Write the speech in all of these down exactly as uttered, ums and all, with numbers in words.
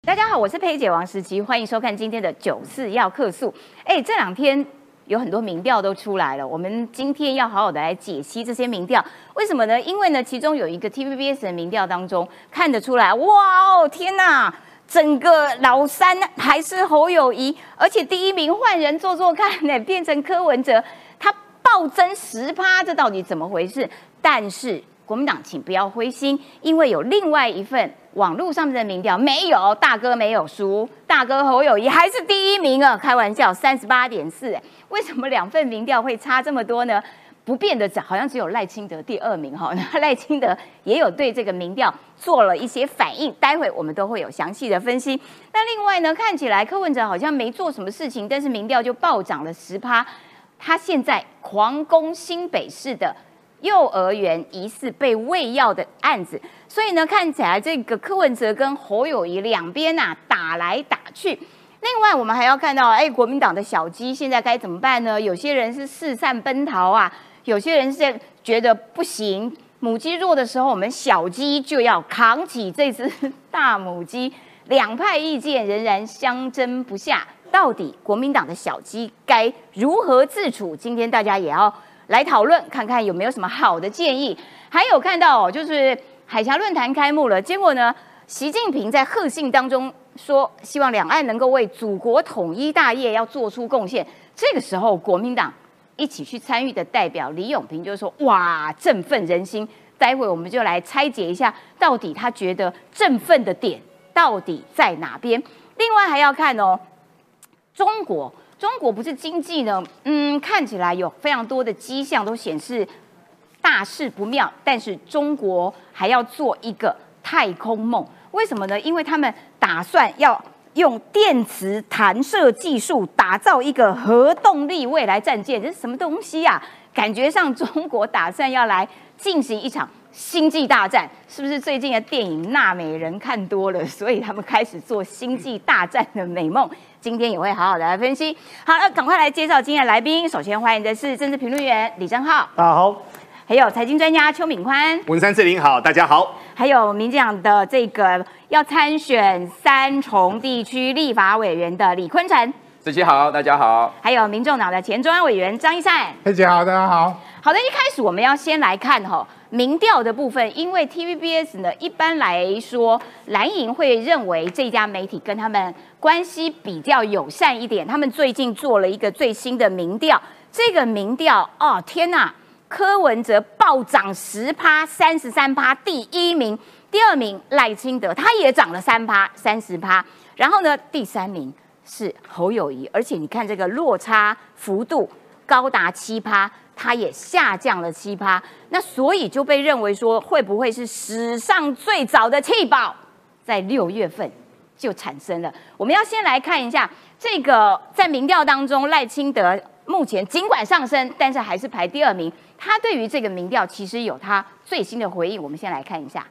大家好，我是佩姐王时琪，欢迎收看今天的九四要客诉。哎，这两天有很多民调都出来了，我们今天要好好的来解析这些民调。为什么呢？因为呢，其中有一个 T V B S 的民调当中看得出来，哇哦，天哪！整个老三还是侯友宜，而且第一名换人做做看呢，变成柯文哲，他暴增十趴，这到底怎么回事？但是国民党请不要灰心，因为有另外一份网络上面的民调，没有大哥没有输，大哥侯友宜还是第一名啊！开玩笑，三十八点四，为什么两份民调会差这么多呢？不变的好像只有赖清德第二名哈，那赖清德也有对这个民调做了一些反应，待会我们都会有详细的分析。那另外呢，看起来柯文哲好像没做什么事情，但是民调就暴涨了十趴，他现在狂攻新北市的幼儿园疑似被喂药的案子，所以呢，看起来这个柯文哲跟侯友宜两边啊打来打去。另外，我们还要看到，哎，国民党的小鸡现在该怎么办呢？有些人是四散奔逃啊，有些人是觉得不行，母鸡弱的时候，我们小鸡就要扛起这只大母鸡。两派意见仍然相争不下，到底国民党的小鸡该如何自处？今天大家也要来讨论，看看有没有什么好的建议。还有看到哦，就是海峡论坛开幕了，结果呢，习近平在贺信当中说，希望两岸能够为祖国统一大业要做出贡献。这个时候，国民党一起去参与的代表李永平就说：“哇，振奋人心！”待会我们就来拆解一下，到底他觉得振奋的点到底在哪边。另外还要看哦，中国。中国不是经济呢，嗯，看起来有非常多的迹象都显示大事不妙，但是中国还要做一个太空梦，为什么呢？因为他们打算要用电磁弹射技术打造一个核动力未来战舰，这是什么东西啊？感觉上中国打算要来进行一场星际大战，是不是最近的电影《纳美人》看多了，所以他们开始做星际大战的美梦？今天也会好好的来分析。好，那赶快来介绍今天的来宾。首先欢迎的是政治评论员李正浩， 大家好； 还有财经专家邱敏宽， 文山志玲好，大家好； 还有民进党的这个要参选三重地区立法委员的李坤城， 志琪好，大家好； 还有民众党的前中央委员张一善， 佩姐好，大家好。 好的，一开始我们要先来看哈。民调的部分，因为 T V B S 呢，一般来说，蓝营会认为这家媒体跟他们关系比较友善一点。他们最近做了一个最新的民调，这个民调哦，天哪，柯文哲暴涨十趴，三十三趴，第一名，第二名赖清德，他也涨了三趴，三十趴，然后呢，第三名是侯友宜，而且你看这个落差幅度高达七趴。它也下降了七趴，那所以就被认为说会不会是史上最早的弃保，在六月份就产生了。我们要先来看一下这个在民调当中，赖清德目前尽管上升，但是还是排第二名。他对于这个民调其实有他最新的回应，我们先来看一下。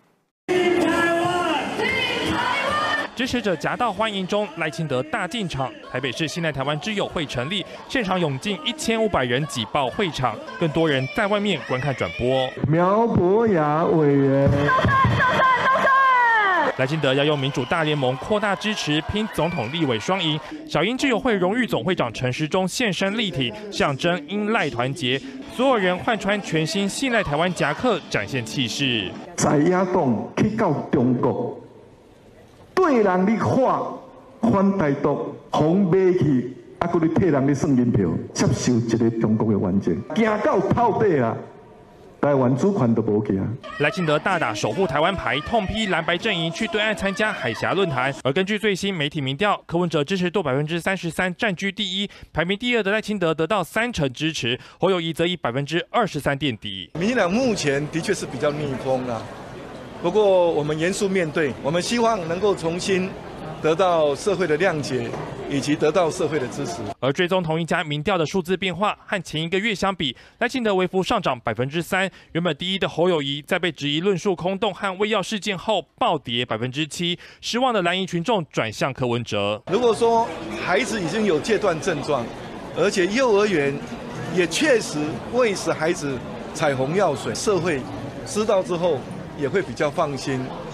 支持者夹道欢迎中，赖清德大进场。台北市现代台湾之友会成立，现场涌进一千五百人挤爆会场，更多人在外面观看转播。 苗博雅委员， 赖清德要用民主大联盟扩大支持，拼总统立委双赢。小英之友会荣誉总会长陈时中现身力挺，象征英赖团结。所有人换穿全新信赖台湾夹克，展现气势。 在野党去到中国。对人你话反台独，红买去，啊，搁你替人你算银票，接受一个中国的完整，行到透底啊，台湾主权都无去啊。 赖清德大打守护台湾牌，痛批蓝白阵营去对岸参加海峡论坛。而根据最新媒体民调，柯文哲支持度百分之三十三，占据第一，排名第二的赖清德得到三成支持，侯友宜则以百分之二十三垫底。 民进党目前的确是比较逆风啊。不过，我们严肃面对，我们希望能够重新得到社会的谅解，以及得到社会的支持。 而追踪同一家民调的数字变化，和前一个月相比，赖清德微幅上涨百分之三。原本第一的侯友宜，在被质疑论述空洞和喂药事件后，暴跌百分之七。失望的蓝营群众转向柯文哲。 如果说孩子已经有戒断症状，而且幼儿园也确实喂食孩子彩虹药水，社会知道之后。也会比较放心，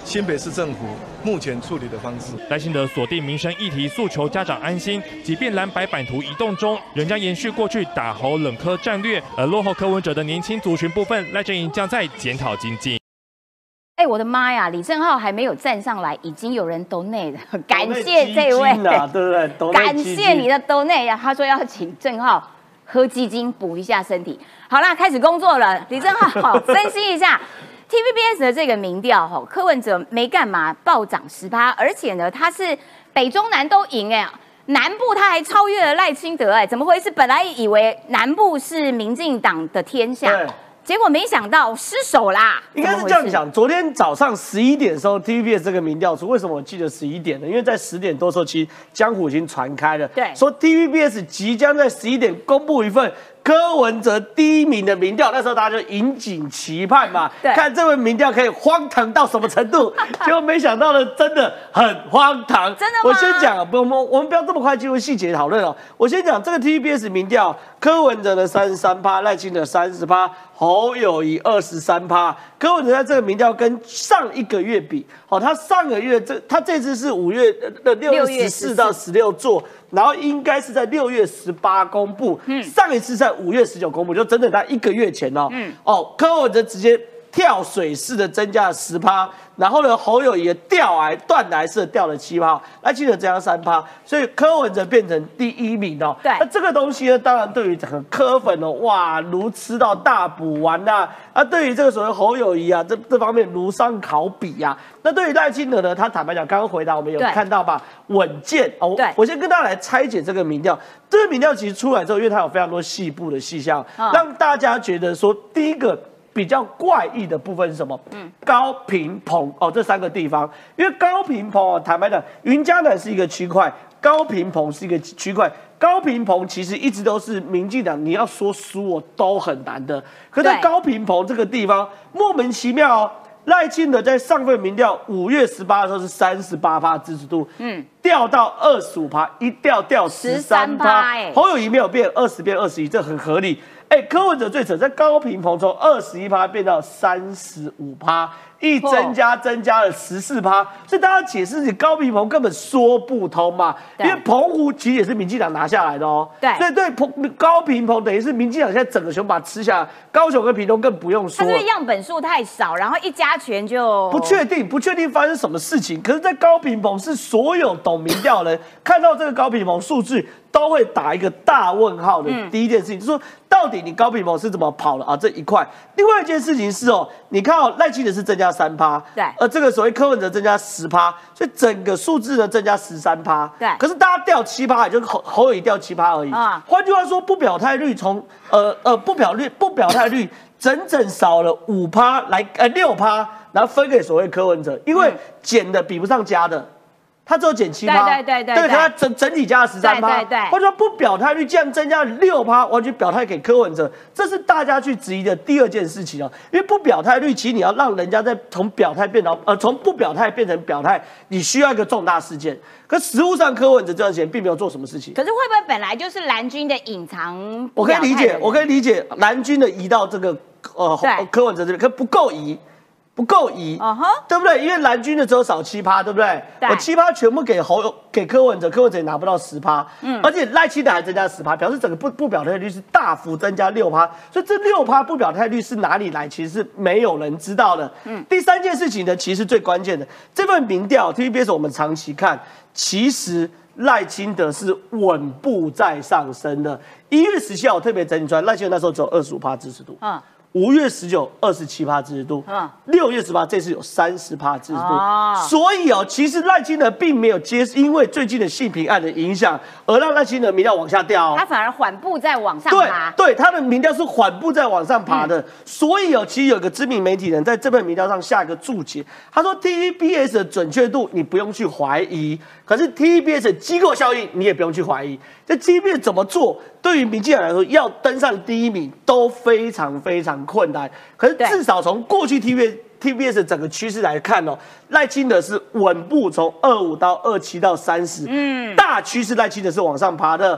新北市政府目前处理的方式。 赖清德锁定民生议题，诉求家长安心，即便蓝白版图移动中，仍将延续过去打猴冷柯战略。而落后柯文哲的年轻族群部分，赖阵营将在检讨精进。 哎，我的妈呀！李正浩还没有站上来，已经有人donate了，感谢这位， 对不对？ 感谢你的donate呀！他说要请正浩喝鸡精补一下身体。好啦，开始工作了，李正浩分析一下 T V B S 的这个民调，哈，柯文哲没干嘛，暴涨十趴，而且呢，他是北中南都赢哎，南部他还超越了赖清德哎，怎么回事？本来以为南部是民进党的天下。结果没想到失手啦， 应该是这样讲。昨天早上十一点的时候 ，T V B S 这个民调出，为什么我记得十一点呢？因为在十点多的时候，其实江湖已经传开了， 对， 说 T V B S 即将在十一点公布一份柯文哲第一名的民调，那时候大家就引颈期盼嘛，看这份民调可以荒唐到什么程度。结果没想到呢，真的很荒唐。 真的吗？ 我先讲，不，我们我们不要这么快进入细节讨论哦。我先讲这个 T V B S 民调，柯文哲的三十三趴，赖清德三十趴。侯友宜二十三趴，柯文哲在这个民调跟上一个月比，好，他上个月这他这次是五月的六月十四到十六做，然后应该是在六月十八公布，嗯，上一次在五月十九公布，就整整在一个月前哦，嗯，哦，柯文哲直接跳水式的增加了十趴。然后呢，侯友宜的吊癌断崖式掉了七趴，赖清德增加三趴，所以柯文哲变成第一名哦。 对， 那这个东西呢，当然对于整个柯粉哦，哇，如吃到大补丸呐、啊。啊，对于这个所谓侯友宜啊，这这方面如伤考妣呀、啊。那对于赖清德呢，他坦白讲，刚刚回答我们有看到吧，稳健哦。 对， 我先跟大家来拆解这个民调。这个民调其实出来之后，因为它有非常多细部的细项，哦、让大家觉得说，第一个。比较怪异的部分是什么？嗯，高屏澎哦，这三个地方，因为高屏澎哦，坦白讲，云嘉南是一个区块，高屏澎是一个区块。高屏澎其实一直都是民进党，你要说输我都很难的。可在高屏澎这个地方，莫名其妙哦，赖清德在上份民调五月十八的时候是三十八趴支持度，嗯，掉到二十五趴，一掉掉十三趴，侯友宜没有变，二十变二十一，这很合理。哎，柯文哲最扯，在高屏澎从二十一趴变到三十五趴，一增加增加了十四趴，所以大家解释，高屏澎根本说不通嘛，因为澎湖其实也是民进党拿下来的哦， 对， 所以对澎高屏澎等于是民进党现在整个熊把它吃下来，高雄跟屏东更不用说， 它是样本数太少，然后一加权就不确定，不确定发生什么事情。可是，在高屏澎是所有懂民调的人看到这个高屏澎数据都会打一个大问号的第一件事情，嗯、就是说。到底你高屏澎是怎么跑的啊？这一块，另外一件事情是哦，你看哦，赖清德是增加三趴， 对， 而这个所谓柯文哲增加十趴，所以整个数字呢增加十三趴， 对。 可是大家掉七趴，也就是侯侯友宜掉七趴而已啊。换句话说，不表态率从呃呃不表率不表态率整整少了五趴来呃六趴，然后分给所谓柯文哲，因为减的比不上加的。他只有减七趴， 对对对对，可他整整体加了十三趴， 对对对， 或者说不表态率竟然增加了六趴，完全表态给柯文哲，这是大家去质疑的第二件事情哦。因为不表态率，其实你要让人家在从表态变到呃从不表态变成表态，你需要一个重大事件。可实务上，柯文哲这段时间并没有做什么事情。 可是会不会本来就是蓝军的隐藏？ 我可以理解，我可以理解蓝军的移到这个呃柯文哲这边，可不够移。不够移， uh-huh. 对不对？因为蓝军的只有少七趴，对不对？ 对， 我七趴全部给侯给柯文哲，柯文哲也拿不到十趴，嗯，而且赖清德还增加十趴，表示整个不不表态率是大幅增加六趴，所以这六趴不表态率是哪里来？其实是没有人知道的。嗯，第三件事情呢，其实最关键的这份民调 ，T V B S 我们长期看，其实赖清德是稳步在上升的。一月十七号我特别整理出来，赖清德那时候只有二十五趴支持度，嗯。五月十九二十七趴支持度，嗯，六月十八这次有三十趴支持度，哦，所以哦，其实赖清德并没有接，因为最近的性平案的影响，而让赖清德民调往下掉，哦， 他反而缓步在往上爬， 对对，他的民调是缓步在往上爬的，嗯，所以哦，其实有个知名媒体人在这份民调上下一个注解，他说 T V B S 的准确度你不用去怀疑，可是 T V B S 的机构效应你也不用去怀疑，这 T V B S 怎么做？对于民进党来说，要登上第一名都非常非常困难。可是至少从过去 T V T V B S 整个趋势来看哦，赖清德是稳步从二五到二七到三十，嗯，大趋势赖清德是往上爬的。第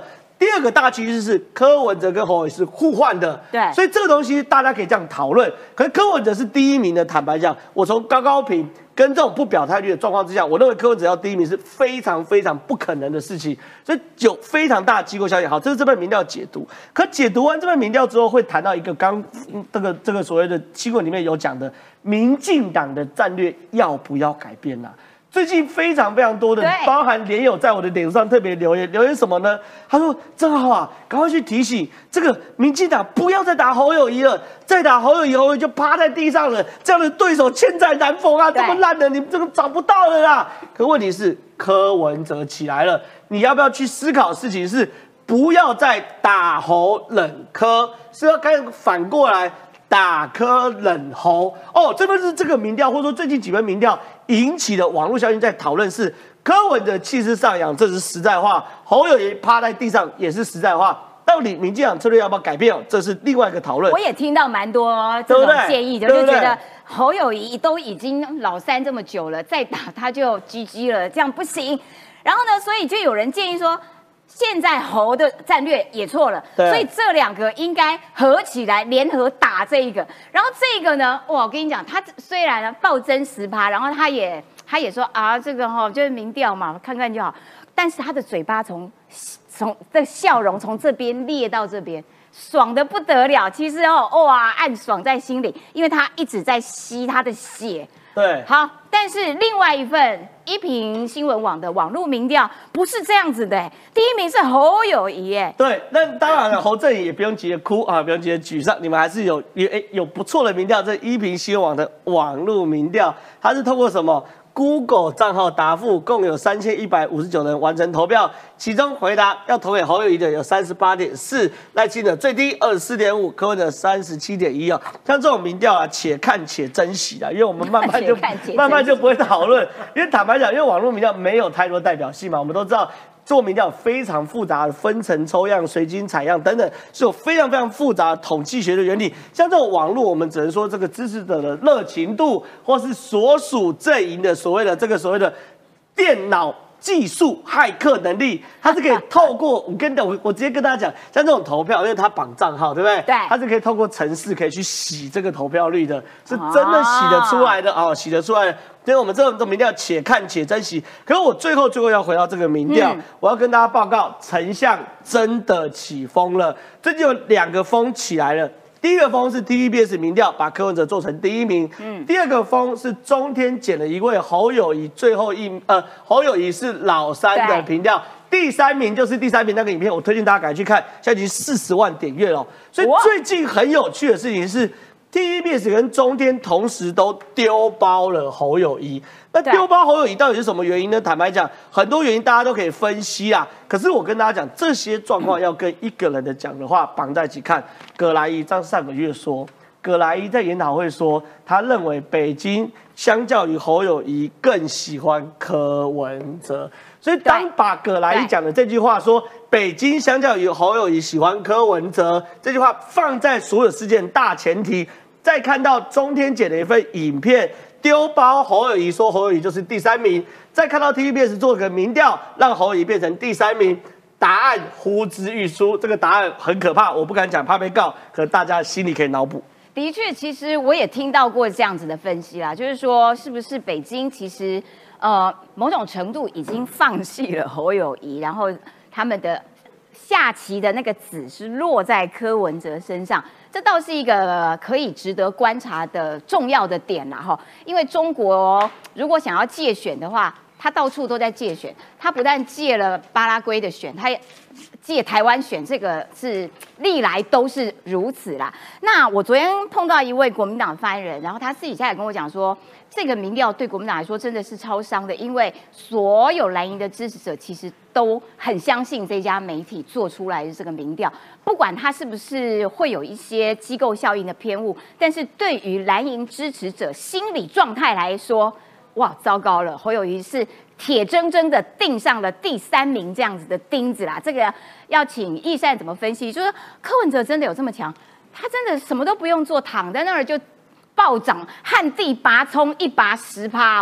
第二个大趋势是柯文哲跟侯友宜是互换的， 对， 所以这个东西大家可以这样讨论。可是柯文哲是第一名的，坦白讲，我从高高屏跟这种不表态率的状况之下，我认为柯文哲要第一名是非常非常不可能的事情，所以有非常大的机构效应。好，这是这份民调解读。可解读完这份民调之后，会谈到一个刚这个这个所谓的新闻里面有讲的，民进党的战略要不要改变啊？最近非常非常多的，包含连友在我的脸上特别留言，留言什么呢？他说：“正好啊，赶快去提醒这个民进党不要再打侯友宜了，再打侯友宜，侯友宜就趴在地上了。这样的对手千载难逢啊，这么烂的你这个找不到了啦。可问题是柯文哲起来了，你要不要去思考的事情是不要再打侯冷柯，是要该反过来。”打柯冷侯哦，这边是这个民调，或者说最近几份民调引起的网络效应，在讨论是柯文的气势上扬，这是实在话；侯友宜趴在地上也是实在话。到底民进党策略要不要改变？这是另外一个讨论。 我也听到蛮多这种建议，就就觉得侯友宜都已经老三这么久了，再打他就 G G 了，这样不行。然后呢，所以就有人建议说。现在侯的战略也错了，所以这两个应该合起来联合打这一个。然后这个呢，哇，我跟你讲，他虽然呢暴增十趴，然后他也他也说啊，这个哈、哦、就是民调嘛，看看就好。但是他的嘴巴从从这笑容从这边裂到这边，爽得不得了。其实哦，哇，暗爽在心里，因为他一直在吸他的血。 对， 好，但是另外一份一平新闻网的网络民调不是这样子的，第一名是侯友宜，哎， 对，那当然了，侯正宇也不用急着哭啊，不用急着沮丧，你们还是有有哎有不错的民调，这一平新闻网的网络民调，它是透过什么？Google 账号答复，共有三千一百五十九人完成投票，其中回答要投给侯友宜的有三十八点四，赖清德最低二十四点五，柯文哲三十七点一哦。像这种民调啊，且看且珍惜啦，因为我们慢慢就慢慢就不会讨论，因为坦白讲，因为网络民调没有太多代表性嘛，我们都知道。做民调非常复杂的分层抽样、随机采样等等，是有非常非常复杂的统计学的原理。像这种网络，我们只能说这个支持者的热情度，或是所属阵营的所谓的这个所谓的电脑技术骇客能力，它是可以透过我跟我我直接跟大家讲，像这种投票，因为它绑账号，对不对？ 对， 它是可以透过程式可以去洗这个投票率的，是真的洗得出来的哦，洗得出来的。所以我们这种民调且看且珍惜。可是我最后最后要回到这个民调，嗯、我要跟大家报告，丞相真的起风了。最近有两个风起来了。第一个风是 T V B S 民调把柯文哲做成第一名，嗯，第二个风是中天捡了一位侯友宜，最后一呃侯友宜是老三的民调，第三名就是第三名那个影片，我推荐大家赶快去看，现在已经四十万点阅了。所以最近很有趣的事情是 T V B S 跟中天同时都丢包了侯友宜。那丢包侯友宜到底是什么原因呢？坦白讲，很多原因大家都可以分析啦。可是我跟大家讲，这些状况要跟一个人的讲的话绑在一起看。葛莱伊在上个月说，葛莱伊在研讨会说，他认为北京相较于侯友宜更喜欢柯文哲。所以当把葛莱伊讲的这句话说，北京相较于侯友宜喜欢柯文哲这句话放在所有事件大前提，再看到中天剪的一份影片。丢包侯友宜说侯友宜就是第三名，再看到 T V B S 做个民调，让侯友宜变成第三名，答案呼之欲出。这个答案很可怕，我不敢讲，怕被告，可大家心里可以脑补。 的确，其实我也听到过这样子的分析啦，就是说是不是北京其实呃某种程度已经放弃了侯友宜，然后他们的下棋的那个子是落在柯文哲身上。这倒是一个可以值得观察的重要的点啦，哈，因为中国如果想要借选的话，他到处都在借选，他不但借了巴拉圭的选，他也借台湾选，这个是历来都是如此啦。那我昨天碰到一位国民党发言人，然后他私底下也跟我讲说，这个民调对国民党来说真的是超伤的，因为所有蓝营的支持者其实都很相信这家媒体做出来的这个民调，不管它是不是会有一些机构效应的偏误，但是对于蓝营支持者心理状态来说，哇，糟糕了，侯友宜是铁铮铮的钉上了第三名这样子的钉子啦。这个要请奕善怎么分析？就是柯文哲真的有这么强？他真的什么都不用做，躺在那儿就暴涨，旱地拔葱，一拔十趴哦。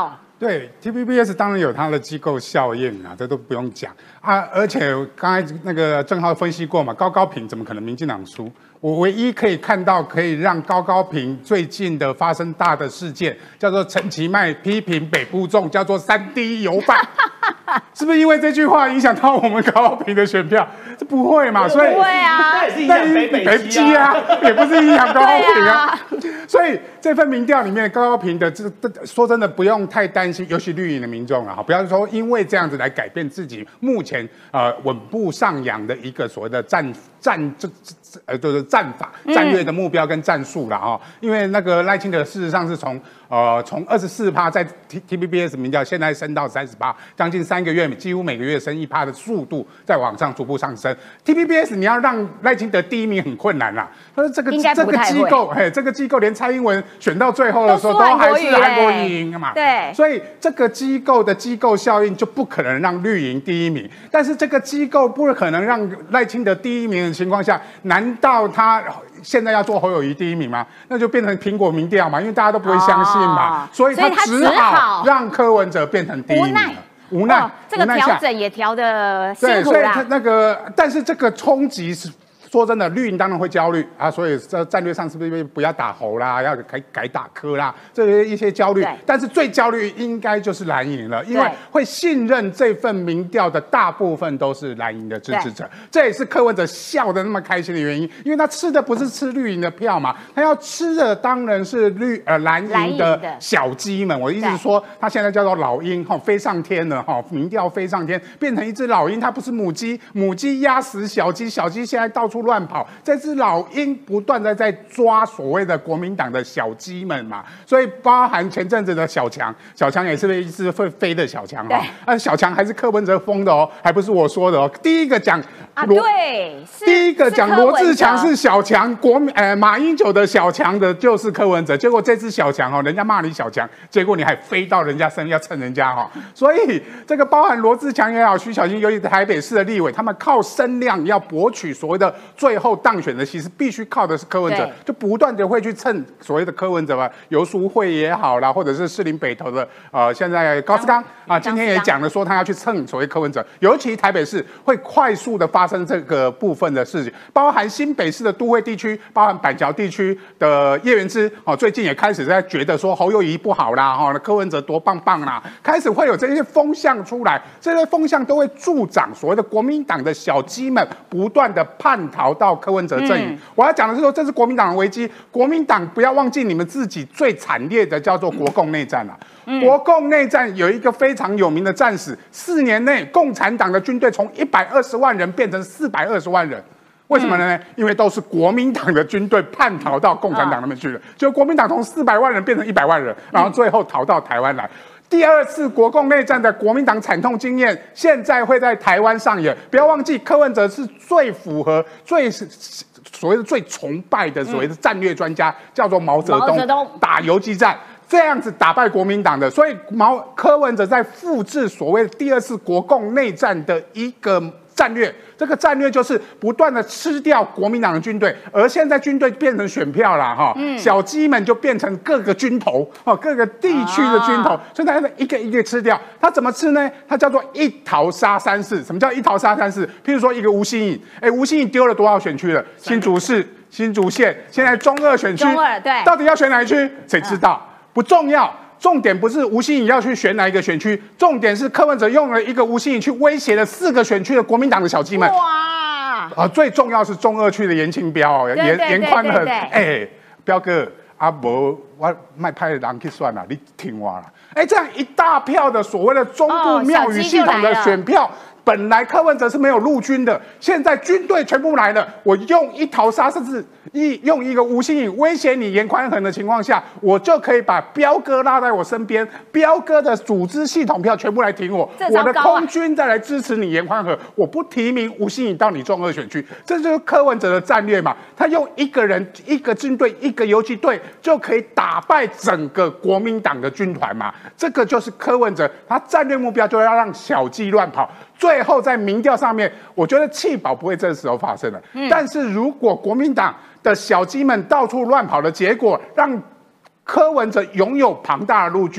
对 T V B S 当然有它的机构效应啊，这都不用讲啊。而且刚才那个正浩分析过嘛，高高屏怎么可能民进党输？我唯一可以看到可以让高高屏最近的发生大的事件，叫做陈其迈批评北部粽，叫做三 D 油饭，是不是因为这句话影响到我们高高屏的选票？这不会嘛？所以不会啊， 那也是影响北北基啊，也不是影响高高屏啊。所以这份民调里面高高屏的这说真的不用太担心，尤其绿营的民众啊，不要说因为这样子来改变自己目前呃稳步上扬的一个所谓的战战这呃就是战法战略的目标跟战术啦哈。因为那个赖清德事实上是从呃从二十四趴在 T T V B S 民调，现在升到三十八，将近三个月几乎每个月升一趴的速度在往上逐步上升。T V B S 你要让赖清德第一名很困难啦。他说这个这个机构，哎，这个机构连蔡英文选到最后的时候都还是韩国瑜赢嘛。 对， 所以这个机构的机构效应就不可能让绿营第一名，但是这个机构不可能让赖清德第一名的情况下，难道他现在要做侯友宜第一名吗？那就变成苹果民调嘛，因为大家都不会相信嘛，哦、所以他只好让柯文哲变成第一名了。无奈， 哦、这个调整也调得辛苦啦。 对，所以他那个，但是这个冲击是。说真的，绿营当然会焦虑啊，所以在战略上是不是不要打侯啦，要改改打柯啦，这些一些焦虑。但是最焦虑应该就是蓝营了，因为会信任这份民调的大部分都是蓝营的支持者，这也是柯文哲笑得那么开心的原因，因为他吃的不是吃绿营的票嘛，他要吃的当然是绿呃蓝营的小鸡们。我的意思是说，他现在叫做老鹰哈，飞上天了哈，民调飞上天，变成一只老鹰，它不是母鸡，母鸡压死小鸡，小鸡现在到处乱跑，这只老鹰不断的在抓所谓的国民党的小鸡们嘛，所以包含前阵子的小强，小强也是一只会飞的小强哈，啊，小强还是柯文哲封的哦，还不是我说的哦，第一个讲啊，对， 第一个讲罗志强是小强，国民呃马英九的小强的就是柯文哲，结果这只小强哦，人家骂你小强，结果你还飞到人家身要蹭人家哈，所以这个包含罗志强也好，徐小清，尤其台北市的立委，他们靠声量要博取所谓的最后当选的，其实必须靠的是柯文哲，就不断的会去蹭所谓的柯文哲吧，游淑慧也好啦，或者是士林北投的呃现在高思刚啊，今天也讲了说他要去蹭所谓柯文哲，尤其台北市会快速的发生这个部分的事情，包含新北市的都会地区，包含板桥地区的叶元之哦，最近也开始在觉得说侯友宜不好啦，哈，柯文哲多棒棒啦，开始会有这些风向出来，这些风向都会助长所谓的国民党的小鸡们不断的叛逃到柯文哲阵营。嗯、我要讲的是说，这是国民党的危机，国民党不要忘记你们自己最惨烈的叫做国共内战啊。嗯、国共内战有一个非常有名的战史，四年内共产党的军队从一百二十万人变成四百二十万人。为什么呢？嗯、因为都是国民党的军队叛逃到共产党那边去了，嗯、就国民党从四百万人变成一百万人，然后最后逃到台湾来。第二次国共内战的国民党惨痛经验，现在会在台湾上演。不要忘记，柯文哲是最符合、最所谓的最崇拜的所谓的战略专家，嗯、叫做毛泽东，东打游击战。这样子打败国民党的，所以毛柯文哲在复制所谓的第二次国共内战的一个战略，这个战略就是不断的吃掉国民党的军队，而现在军队变成选票了哈，嗯、小鸡们就变成各个军头哦，各个地区的军头，啊、所以他一个一个吃掉。他怎么吃呢？他叫做一逃杀三市。什么叫一逃杀三市？譬如说一个吴欣颖，哎，吴欣颖丢了多少选区了？新竹市、新竹县，现在中二选区， 中二对， 到底要选哪一区？谁知道？嗯不重要，重点不是吴欣颖要去选哪一个选区，重点是柯文哲用了一个吴欣颖去威胁了四个选区的国民党的小鸡们。哇！啊，最重要是中二区的严庆标、严严宽恒，哎，彪哥，啊无我卖派人去算了，你听我啦。哎，这样一大票的所谓的中部庙宇系统的选票。本来柯文哲是没有陆军的，现在军队全部来了。我用一逃杀，甚至一用一个吴欣颖威胁你严宽恒的情况下，我就可以把彪哥拉在我身边，彪哥的组织系统票全部来挺我，啊、我的空军再来支持你严宽恒，我不提名吴欣颖到你中二选区，这就是柯文哲的战略嘛。他用一个人、一个军队、一个游击队就可以打败整个国民党的军团嘛。这个就是柯文哲，他战略目标就要让小鸡乱跑。最后在民调上面，我觉得弃保不会这时候发生了。嗯、但是如果国民党的小鸡们到处乱跑的结果，让柯文哲拥有庞大的陆军，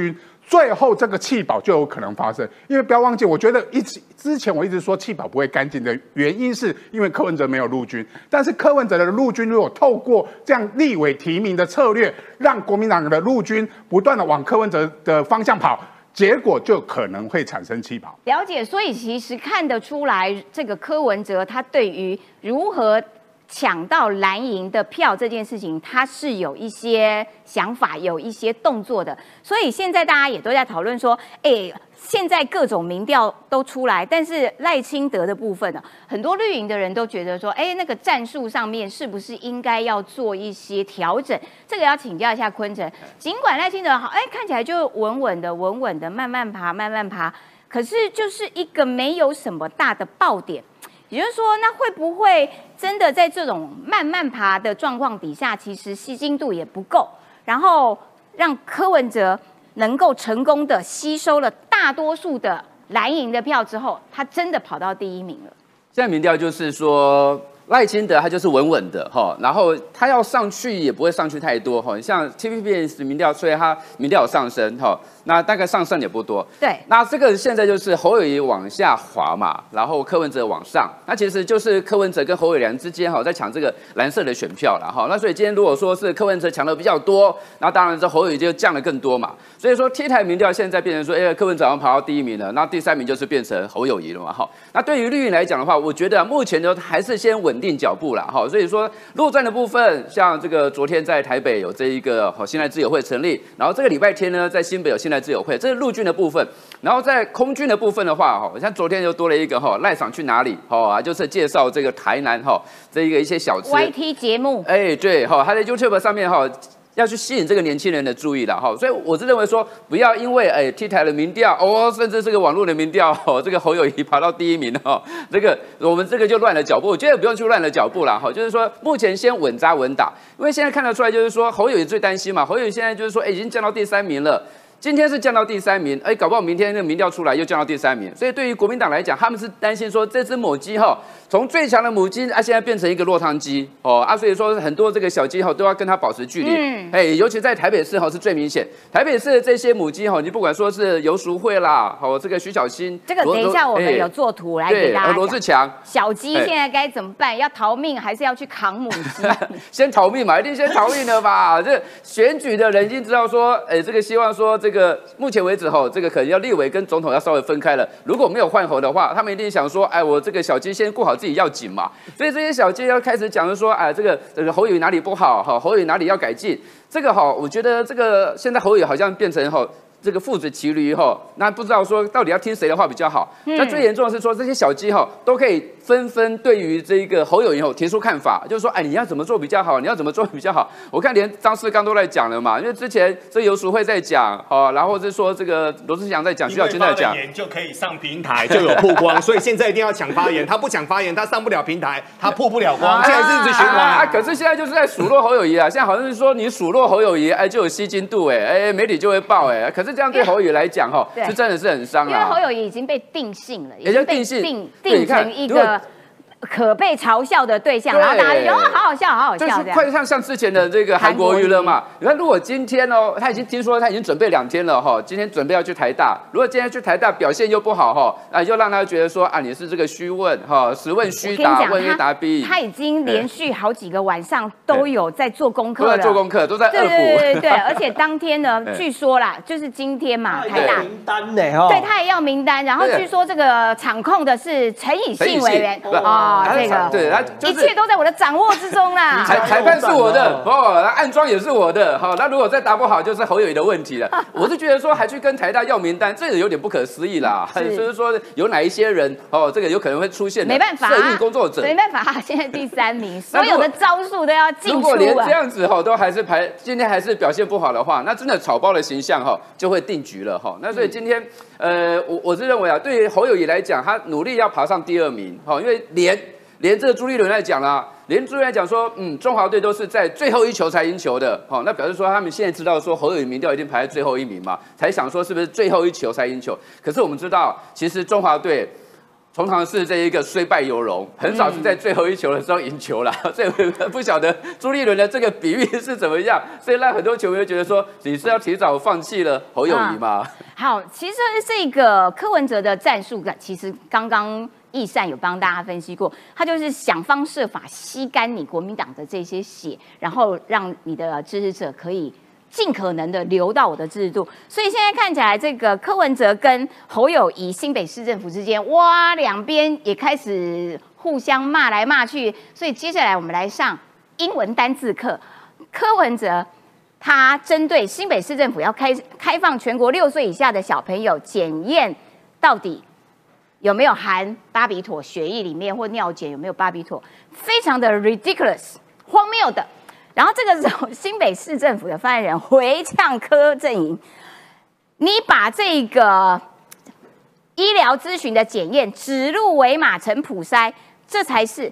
最后这个弃保就有可能发生，因为不要忘记，我觉得一直之前我一直说弃保不会干净的原因，是因为柯文哲没有陆军，但是柯文哲的陆军如果透过这样立委提名的策略，让国民党的陆军不断的往柯文哲的方向跑，结果就可能会产生弃保。 了解，所以其实看得出来，这个柯文哲他对于如何抢到蓝营的票这件事情，他是有一些想法，有一些动作的。所以现在大家也都在讨论说，哎，现在各种民调都出来，但是赖清德的部分呢，很多绿营的人都觉得说，哎，那个战术上面是不是应该要做一些调整？这个要请教一下坤城。尽管赖清德好，哎，看起来就稳稳的、稳稳的，慢慢爬、慢慢爬，可是就是一个没有什么大的爆点。也就是说，那会不会真的在这种慢慢爬的状况底下，其实吸睛度也不够，然后让柯文哲能够成功的吸收了大多数的蓝营的票之后，他真的跑到第一名了。 现在民调就是说，赖清德他就是稳稳的哈，然后他要上去也不会上去太多哈。像 T V B S 民调，所以他民调有上升哈，那大概上升也不多。 对， 那这个现在就是侯友宜往下滑嘛，然后柯文哲往上，那其实就是柯文哲跟侯友宜两人之间哈在抢这个蓝色的选票了哈。那所以今天如果说是柯文哲抢的比较多，那当然这侯友宜就降了更多嘛。所以说 T 台民调现在变成说，哎，柯文哲好像跑到第一名了，那第三名就是变成侯友宜了嘛哈。那对于绿营来讲的话，我觉得目前呢还是先稳定脚步啦哈。所以说陆战的部分，像这个昨天在台北有这一个好现代自由会成立，然后这个礼拜天呢在新北有现代自由会，这是陆军的部分。然后在空军的部分的话哈，像昨天又多了一个哈赖赏去哪里哈，就是介绍这个台南哈这一个一些小吃 Y T 节目， 哎对哈，他在 YouTube 上面哈。要去吸引这个年轻人的注意了哈，所以我是认为说，不要因为哎 T 台的民调哦，甚至这个网络的民调哦，这个侯友宜爬到第一名哦，这个我们这个就乱了脚步，我觉得不用去乱了脚步了哈，就是说目前先稳扎稳打，因为现在看得出来就是说侯友宜最担心嘛，侯友宜现在就是说哎已经降到第三名了。今天是降到第三名，哎，搞不好明天那个民调出来又降到第三名，所以对于国民党来讲，他们是担心说这只母鸡哈，从最强的母鸡啊，现在变成一个落汤鸡哦啊，所以说很多这个小鸡哈都要跟它保持距离，嗯，哎，尤其在台北市哈是最明显，台北市的这些母鸡哈，你不管说是游淑慧啦，哦这个徐小新， 这个等一下我们有做图来给大家讲， 罗志强， 小鸡现在该怎么办？要逃命还是要去扛母鸡？ 先逃命嘛，一定先逃命了吧？这选举的人已经知道说，哎，这个希望说这个目前为止吼，这个可能要立委跟总统要稍微分开了。如果没有换候的话，他们一定想说，哎，我这个小鸡先顾好自己要紧嘛。所以这些小鸡要开始讲的说，哎，这个这个侯友宜哪里不好哈，侯友宜哪里要改进。这个哈，我觉得这个现在侯友宜好像变成哈。这个父子骑驴哈，那不知道说到底要听谁的话比较好。那、嗯、最严重的是说这些小鸡哈都可以纷纷对于这个侯友宜提出看法，就是说，哎，你要怎么做比较好？你要怎么做比较好？我看连张世刚都在讲了嘛，因为之前这游淑慧在讲，哦，然后是说这个罗志祥在讲，徐小军在讲， 就可以上平台就有曝光，所以现在一定要抢发言，他不抢发言，他上不了平台，他曝不了光，现在是一直循环。 啊，可是现在就是在数落侯友宜啊，现在好像是说你数落侯友宜，哎，就有吸睛度，哎，哎，媒体就会报，哎，可是这样对侯友宜来讲，哈，是真的是很伤啊。 因为侯友宜已经被定性了， 也就定性定定成一个可被嘲笑的对象，然后大家就哦，好好笑，好好笑， 就是快像像之前的这个韩国瑜了嘛。你看，如果今天哦，他已经听说他已经准备两天了哈，今天准备要去台大，如果今天去台大表现又不好哈，那就让他觉得说啊，你是这个虚问哈，实问虚答，问一答弊。 他已经连续好几个晚上都有在做功课了， 都在做功课，都在恶补。 对对对对，而且当天呢，据说啦，就是今天嘛，台大名单呢哈， 对他也要名单，然后据说这个场控的是陈以信委员啊，这个对。就是、一切都在我的掌握之中啦。 裁裁判是我的哦，暗桩也是我的。好，那如果再答不好，就是侯友宜的问题了。我是觉得说，还去跟台大要名单，这个有点不可思议啦。就是说，有哪一些人哦，这个有可能会出现的。 没办法、啊， 社运工作者。 没办法、啊，现在第三名，所有的招数都要进出、啊。 如果连这样子哈，都还是排，今天还是表现不好的话，那真的草包的形象哈就会定局了哈。那所以今天，呃，我我是认为啊，对于侯友宜来讲，他努力要爬上第二名，哈，因为连。连这个朱立伦来讲啦，连朱立伦来讲说，嗯，中华队都是在最后一球才赢球的，好、哦，那表示说他们现在知道说侯友宜民调一定排在最后一名嘛，才想说是不是最后一球才赢球？可是我们知道，其实中华队通常是这一个虽败犹荣，很少是在最后一球的时候赢球了。嗯、所以不晓得朱立伦的这个比喻是怎么样，所以让很多球迷觉得说你是要提早放弃了侯友宜吗、嗯？ 好，其实这个柯文哲的战术，其实刚刚易善有帮大家分析过，他就是想方设法吸干你国民党的这些血，然后让你的支持者可以尽可能的流到我的制度，所以现在看起来，这个柯文哲跟侯友宜新北市政府之间，哇，两边也开始互相骂来骂去。所以接下来我们来上英文单字课。柯文哲他针对新北市政府要开开放全国六岁以下的小朋友检验到底有没有含巴比妥，血液里面或尿检有没有巴比妥，非常的 ridiculous 荒谬的。然后这个时候，新北市政府的发言人回呛柯阵营：“你把这个医疗咨询的检验指鹿为马成普筛，这才是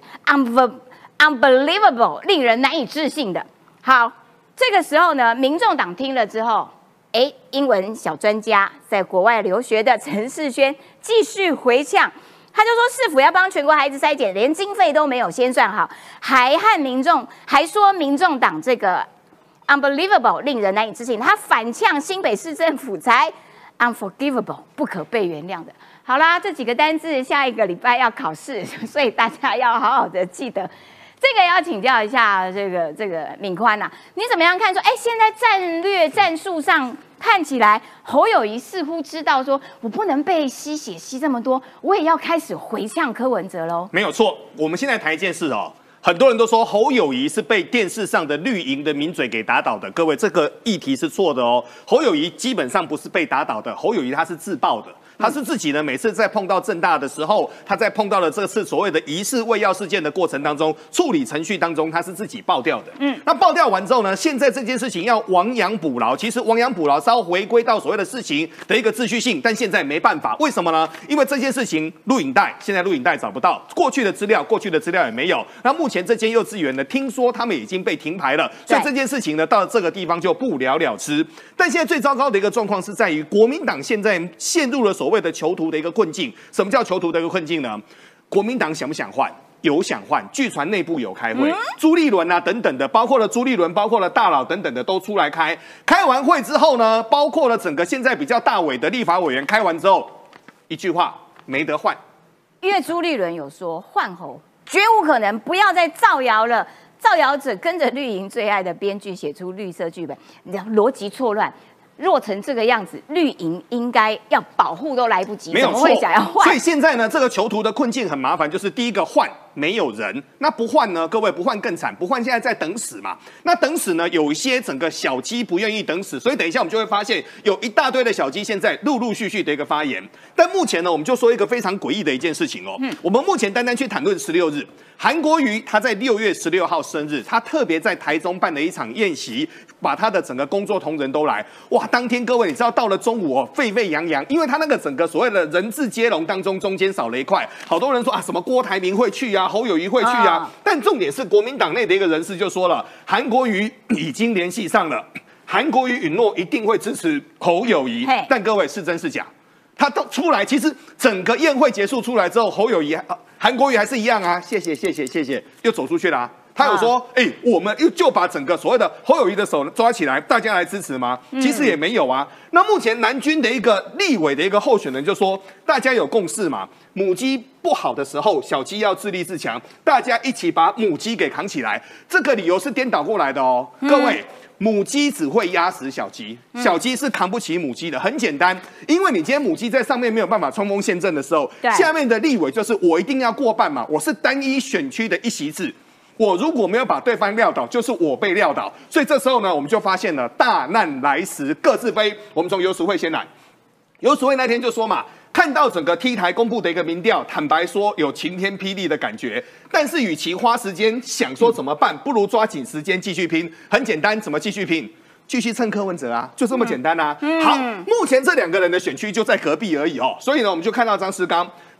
unbelievable 令人难以置信的。”好，这个时候呢，民众党听了之后，哎，英文小专家在国外留学的陈世轩继续回呛。他就说，市府要帮全国孩子筛检，连经费都没有先算好，还和民众还说民众党这个 unbelievable 令人难以置信，他反呛新北市政府才 unforgivable 不可被原谅的。好啦，这几个单字下一个礼拜要考试，所以大家要好好的记得。这个要请教一下这个这个敏宽呐、啊，你怎么样看说？哎，现在战略战术上看起来，侯友宜似乎知道说，我不能被吸血吸这么多，我也要开始回呛柯文哲喽。 没有错，我们现在谈一件事哦，很多人都说侯友宜是被电视上的绿营的名嘴给打倒的，各位这个议题是错的哦，侯友宜基本上不是被打倒的，侯友宜他是自爆的。他是自己呢，每次在碰到政大的时候，他在碰到了这次所谓的疑似喂药事件的过程当中，处理程序当中，他是自己爆掉的。嗯，那爆掉完之后呢，现在这件事情要亡羊补牢，其实亡羊补牢是要回归到所谓的事情的一个秩序性，但现在没办法，为什么呢？因为这件事情录影带，现在录影带找不到，过去的资料，过去的资料也没有。那目前这间幼稚园呢，听说他们已经被停牌了，所以这件事情呢，到了这个地方就不了了之。但现在最糟糕的一个状况是在于，国民党现在陷入了所谓的囚徒的一个困境。什么叫囚徒的一个困境呢？国民党想不想换？有想换，据传内部有开会，嗯、朱立伦啊等等的，包括了朱立伦，包括了大佬等等的都出来开。开完会之后呢，包括了整个现在比较大委的立法委员开完之后，一句话没得换。 因为朱立伦有说换侯绝无可能，不要再造谣了。造谣者跟着绿营最爱的编剧写出绿色剧本，逻辑错乱。若成这个样子，绿营应该要保护都来不及， 没有错， 怎么会想要换？ 所以现在呢，这个囚徒的困境很麻烦，就是第一个换没有人，那不换呢？各位不换更惨，不换现在在等死嘛。那等死呢，有一些整个小鸡不愿意等死，所以等一下我们就会发现有一大堆的小鸡现在陆陆续续的一个发言。但目前呢，我们就说一个非常诡异的一件事情哦。嗯，我们目前单单去谈论十六日，韩国瑜他在六月十六号生日，他特别在台中办了一场宴席，把他的整个工作同仁都来。哇，当天各位你知道到了中午哦，沸沸扬扬，因为他那个整个所谓的人质接龙当中，中间少了一块，好多人说啊，什么郭台铭会去啊，侯友宜会去啊。啊但重点是国民党内的一个人士就说了，韩国瑜已经联系上了，韩国瑜允诺一定会支持侯友宜。但各位是真是假？他都出来，其实整个宴会结束出来之后，侯友宜、韩国瑜还是一样啊，谢谢谢谢谢谢，又走出去了、啊。他有说，哎、欸，我们又就把整个所谓的侯友宜的手抓起来，大家来支持吗？其实也没有啊。那目前南军的一个立委的一个候选人就说，大家有共识嘛，母鸡不好的时候，小鸡要自立自强，大家一起把母鸡给扛起来。这个理由是颠倒过来的哦，各位。母鸡只会压死小鸡，小鸡是扛不起母鸡的。很简单，因为你今天母鸡在上面没有办法冲锋陷阵的时候，下面的立委就是我一定要过半嘛，我是单一选区的一席制。我如果没有把对方撂倒，就是我被撂倒。所以这时候呢，我们就发现了大难来时各自飞。我们从游淑慧先来，游淑慧那天就说嘛，看到整个 T 台公布的一个民调，坦白说有晴天霹雳的感觉。但是与其花时间想说怎么办，不如抓紧时间继续拼。很简单，怎么继续拼？继续蹭柯文哲啊，就这么简单啊。嗯、好，目前这两个人的选区就在隔壁而已哦。所以呢，我们就看到张世刚。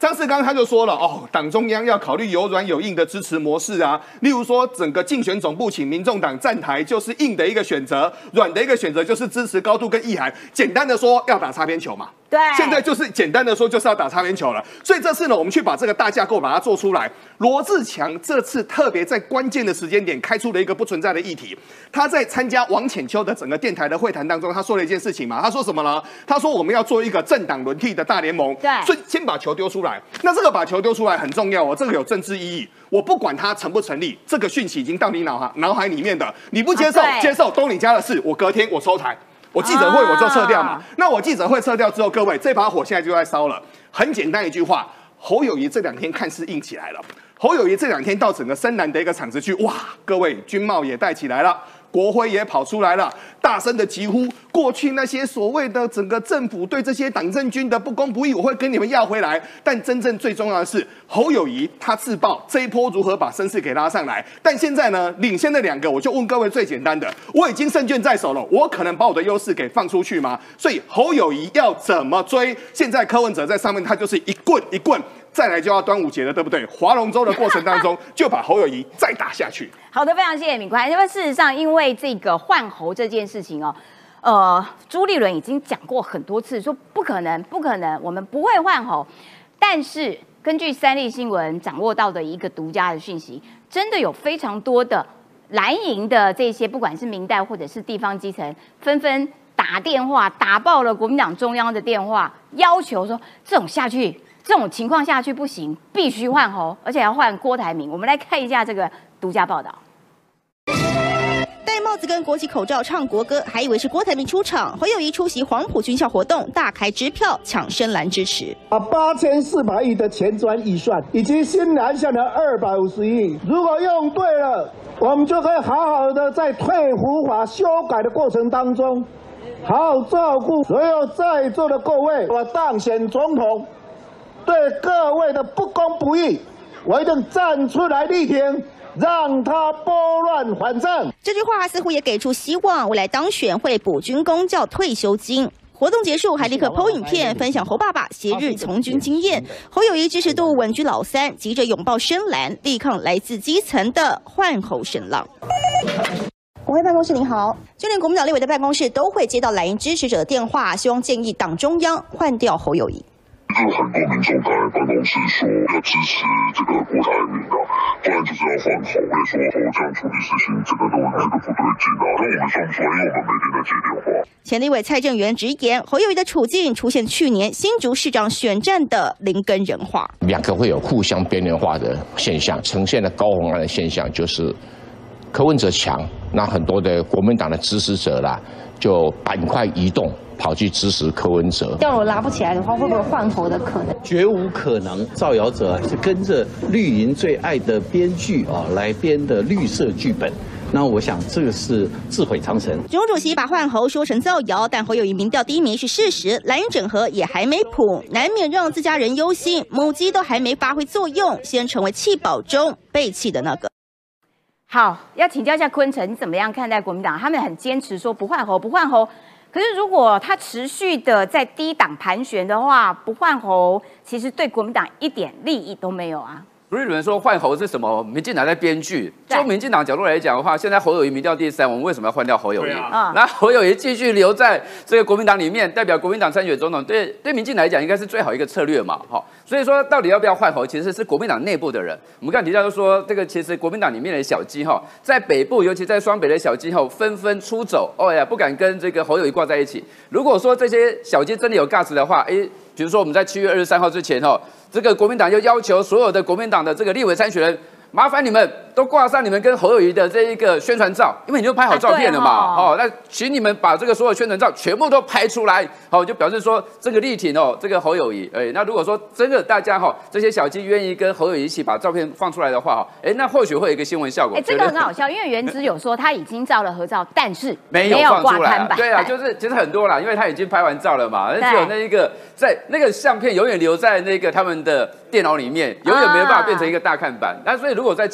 张世刚他就说了，哦，党中央要考虑有软有硬的支持模式啊，例如说整个竞选总部请民众党站台就是硬的一个选择，软的一个选择就是支持高度跟意涵。简单的说，要打擦边球嘛。 对， 现在就是简单的说，就是要打擦边球了。所以这次呢，我们去把这个大架构把它做出来。罗智强这次特别在关键的时间点开出了一个不存在的议题。他在参加王浅秋的整个电台的会谈当中，他说了一件事情嘛，他说什么呢？他说我们要做一个政党轮替的大联盟。 对， 所以先把球丢出来。那这个把球丢出来很重要哦，这个有政治意义。我不管它成不成立，这个讯息已经到你脑海脑海里面的，你不接受， 啊、 接受都你家的事。我隔天我收台。我记者会我就撤掉嘛，啊、那我记者会撤掉之后，各位这把火现在就在烧了。很简单一句话，侯友宜这两天看似硬起来了。侯友宜这两天到整个深蓝的一个场子去，哇，各位军帽也戴起来了。国徽也跑出来了，大声的疾呼：过去那些所谓的整个政府对这些党政军的不公不义，我会跟你们要回来。但真正最重要的是，侯友宜他自曝这一波如何把声势给拉上来。但现在呢，领先的两个，我就问各位最简单的：我已经胜券在手了，我可能把我的优势给放出去吗？所以侯友宜要怎么追？现在柯文哲在上面，他就是一棍一棍。再来就要端午节了，对不对？划龙舟的过程当中，就把侯友宜再打下去。 好的，非常谢谢敏宽。因为事实上，因为这个换侯这件事情哦，呃，朱立伦已经讲过很多次，说不可能，不可能，我们不会换侯。但是根据三立新闻掌握到的一个独家的讯息，真的有非常多的蓝营的这些，不管是民代或者是地方基层，纷纷打电话打爆了国民党中央的电话，要求说这种下去。这种情况下去不行，必须换侯，而且要换郭台铭。我们来看一下这个独家报道。 戴帽子跟国旗口罩唱国歌，还以为是郭台铭出场。侯友宜出席黄埔军校活动，大开支票抢深蓝支持。 啊，八千四百亿的前瞻预算，以及新南向的二百五十亿，如果用对了，我们就可以好好的在退服法修改的过程当中，好好照顾所有在座的各位。我当选总统。对各位的不公不义，我一定站出来力挺，让他拨乱反正。 这句话似乎也给出希望，未来当选会补军公教退休金。活动结束，还立刻 po 影片分享侯爸爸昔日从军经验。侯友宜支持度稳居老三，急着拥抱深蓝，力抗来自基层的换侯声浪。国会办公室您好，就连国民党立委的办公室都会接到蓝营支持者的电话，希望建议党中央换掉侯友宜。 就很多民众打来办公室说要支持这个郭台铭啊，不然就是要换侯。我也说侯这样处理事情，这个都这个不对劲啊。那我们算不出来，因为我们每天在接电话。 前立委蔡正元直言，侯友宜的处境出现去年新竹市长选战的灵根人化， 两个会有互相边缘化的现象，呈现的高虹安的现象就是柯文哲强，那很多的国民党的支持者啦，就板块移动。跑去支持柯文哲， 要我拉不起来的话，会不会换侯的可能？ 绝无可能。造谣者是跟着绿营最爱的编剧啊来编的绿色剧本。那我想这个是自毁长城。 中主席把换侯说成造谣，但侯友宜民调第一名是事实，蓝营整合也还没谱，难免让自家人忧心，母鸡都还没发挥作用，先成为弃保中被弃的那个。 好，要请教一下坤城，你怎么样看待国民党？他们很坚持说不换侯，不换侯。可是，如果他持续的在低档盘旋的话，不换侯，其实对国民党一点利益都没有啊。 朱立伦说换侯是什么？民进党在编剧。就民进党角度来讲的话，现在侯友宜民调第三，我们为什么要换掉侯友宜？啊、那侯友宜继续留在这个国民党里面，代表国民党参选总统，对对民进来讲应该是最好一个策略嘛。好，所以说到底要不要换侯，其实是国民党内部的人。我们刚才提到就说，这个其实国民党里面的小鸡哈，在北部，尤其在双北的小鸡哈，纷纷出走，哦呀，不敢跟这个侯友宜挂在一起。如果说这些小鸡真的有 guts 的话，哎，比如说我们在七月二十三号之前哈。这个国民党就要求所有的国民党的这个立委参选人，麻烦你们都挂上你们跟侯友宜的这一个宣传照，因为你就拍好照片了嘛，啊哦，那请你们把这个所有宣传照全部都拍出来，好，就表示说这个力挺哦，这个侯友宜，哎，那如果说真的大家哈、哦、这些小鸡愿意跟侯友宜一起把照片放出来的话，哈，哎，那或许会有一个新闻效果。 哎，这个很好笑，因为原之有说他已经照了合照，但是没有放出来、啊，对啊，就是其实很多啦，因为他已经拍完照了嘛，只有那一个在那个相片永远留在那个他们的电脑里面，永远没有办法变成一个大看板。那所以如果在七月二十三。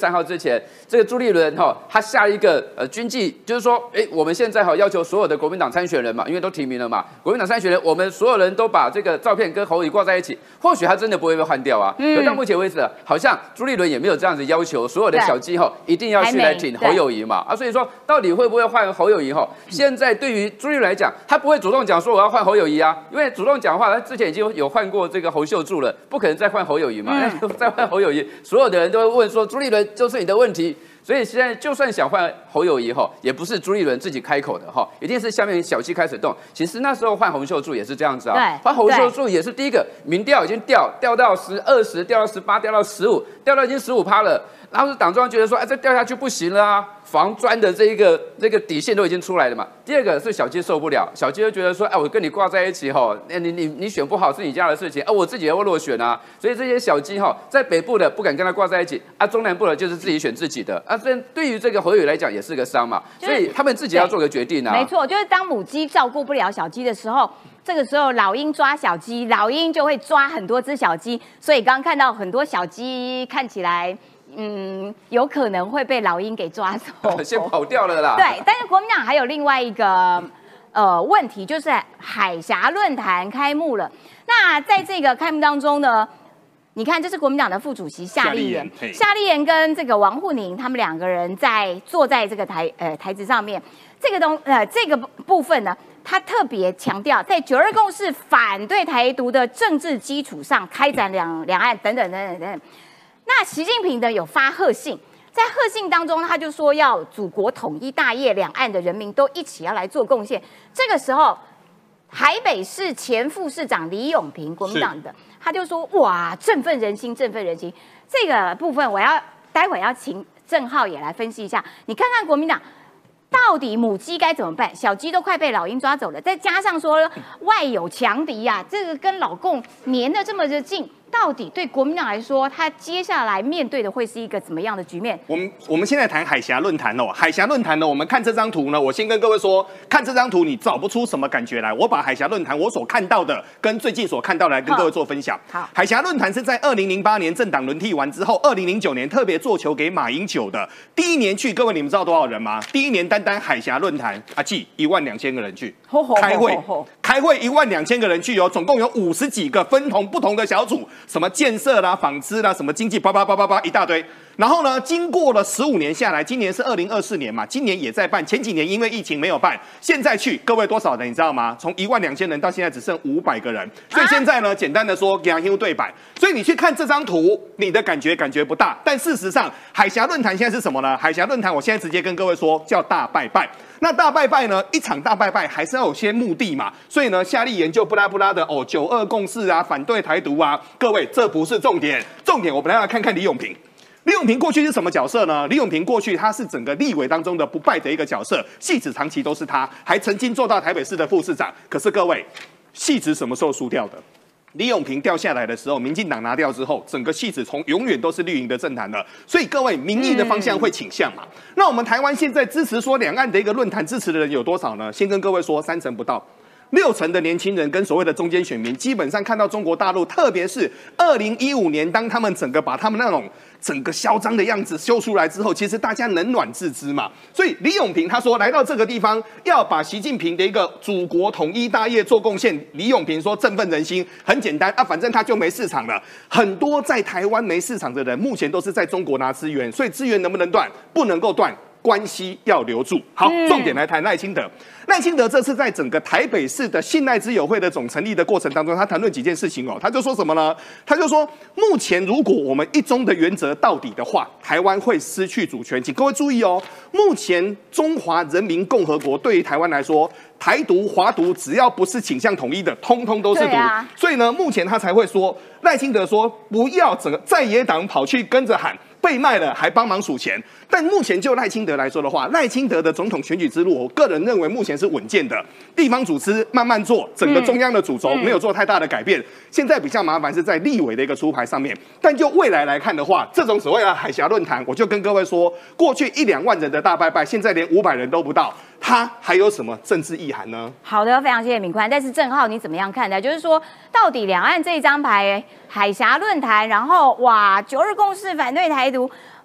三号之前，这个朱立伦哈，他下一个呃军纪，就是说，哎，我们现在哈要求所有的国民党参选人嘛，因为都提名了嘛，国民党参选人，我们所有人都把这个照片跟侯友宜挂在一起，或许他真的不会被换掉啊。嗯。可到目前为止，好像朱立伦也没有这样子要求所有的小鸡哈一定要去来挺侯友宜嘛啊，所以说到底会不会换侯友宜哈？现在对于朱立伦来讲，他不会主动讲说我要换侯友宜啊，因为主动讲话，他之前已经有换过这个侯秀柱了，不可能再换侯友宜嘛。嗯。再换侯友宜，所有的人都会问说朱立伦就是你的问题。所以现在就算想换侯友宜哈，也不是朱立伦自己开口的哈，一定是下面小鸡开始动。其实那时候换洪秀柱也是这样子啊，换洪秀柱也是第一个民调已经掉掉到十二十，掉到十八，掉到十五，掉到已经十五趴了。然后是党中央觉得说，哎，这掉下去不行了啊，防专的这一个这个底线都已经出来了嘛。第二个是小鸡受不了，小鸡就觉得说，哎，我跟你挂在一起哈，你你你选不好是你家的事情，啊，我自己也会落选啊。所以这些小鸡哈，在北部的不敢跟他挂在一起，啊，中南部的就是自己选自己的，啊，这对于这个侯友宜来讲也是个伤嘛，所以他们自己要做个决定啊。 没错，就是当母鸡照顾不了小鸡的时候。这个时候，老鹰抓小鸡，老鹰就会抓很多只小鸡，所以刚刚看到很多小鸡看起来，嗯，有可能会被老鹰给抓走， 先跑掉了啦。 对，但是国民党还有另外一个呃问题，就是海峡论坛开幕了。那在这个开幕当中呢，你看，这是国民党的副主席夏立言，夏立言跟这个王沪宁他们两个人在坐在这个台呃台子上面，这个东呃这个部分呢。他特别强调，在九二共识反对台独的政治基础上开展两两岸等等等等等等。那习近平呢有发贺信，在贺信当中，他就说要祖国统一大业，两岸的人民都一起要来做贡献。这个时候，台北市前副市长李永平，国民党的，他就说哇，振奋人心，振奋人心。这个部分我要待会要请郑浩也来分析一下，你看看国民党。到底母鸡该怎么办？小鸡都快被老鹰抓走了，再加上说外有强敌呀、啊，这个跟老共粘得这么的近，到底对国民党来说，他接下来面对的会是一个怎么样的局面？ 我们我们现在谈海峡论坛哦，海峡论坛呢，我们看这张图呢，我先跟各位说，看这张图你找不出什么感觉来。我把海峡论坛我所看到的跟最近所看到的来跟各位做分享。好，海峡论坛是在二零零八年政党轮替完之后，二零零九年特别做球给马英九的。第一年去，各位你们知道多少人吗？第一年单单海峡论坛啊，记一万两千个人去开会，开会一万两千个人去哦，总共有五十几个分同不同的小组，什么建设啦、纺织啦、什么经济，叭叭叭叭叭一大堆。然后呢，经过了十五年下来，今年是二零二四年嘛，今年也在办，前几年因为疫情没有办，现在去，各位多少人你知道吗？从一万两千人到现在只剩五百个人，所以现在呢，简单的说，两兄对摆。所以你去看这张图，你的感觉感觉不大，但事实上，海峡论坛现在是什么呢？海峡论坛，我现在直接跟各位说，叫大拜拜。那大拜拜呢？一场大拜拜还是要有些目的嘛，所以呢，夏立言就不拉不拉的哦，九二共识啊，反对台独啊，各位这不是重点，重点我们来看看李永平。李永平过去是什么角色呢？李永平过去他是整个立委当中的不败的一个角色，戏子长期都是他，还曾经做到台北市的副市长。可是各位，戏子什么时候输掉的？李永平掉下来的时候，民进党拿掉之后，整个戏子从永远都是绿营的政坛了。所以各位，民意的方向会倾向嘛？嗯、那我们台湾现在支持说两岸的一个论坛支持的人有多少呢？先跟各位说，三成不到。六成的年轻人跟所谓的中间选民，基本上看到中国大陆，特别是二零一五年，当他们整个把他们那种整个嚣张的样子秀出来之后，其实大家冷暖自知嘛。所以李永平他说，来到这个地方要把习近平的一个祖国统一大业做贡献。李永平说振奋人心，很简单啊，反正他就没市场了。很多在台湾没市场的人，目前都是在中国拿资源，所以资源能不能断？不能够断。关系要留住。好，重点来谈赖清德。赖清德这次在整个台北市的信赖之友会的总成立的过程当中，他谈论几件事情哦。他就说什么呢？他就说，目前如果我们一中的原则到底的话，台湾会失去主权。请各位注意哦，目前中华人民共和国对于台湾来说，台独、华独只要不是倾向统一的，通通都是独。啊、所以呢，目前他才会说，赖清德说不要整个在野党跑去跟着喊。被卖了还帮忙数钱，但目前就赖清德来说的话，赖清德的总统选举之路，我个人认为目前是稳健的。地方组织慢慢做，整个中央的主轴没有做太大的改变。嗯、现在比较麻烦是在立委的一个出牌上面。但就未来来看的话，这种所谓的海峡论坛，我就跟各位说，过去一两万人的大拜拜，现在连五百人都不到，它还有什么政治意涵呢？ 好的，非常谢谢敏宽。但是郑浩你怎么样看待？就是说，到底两岸这一张牌，海峡论坛，然后哇，九二共识反对台独，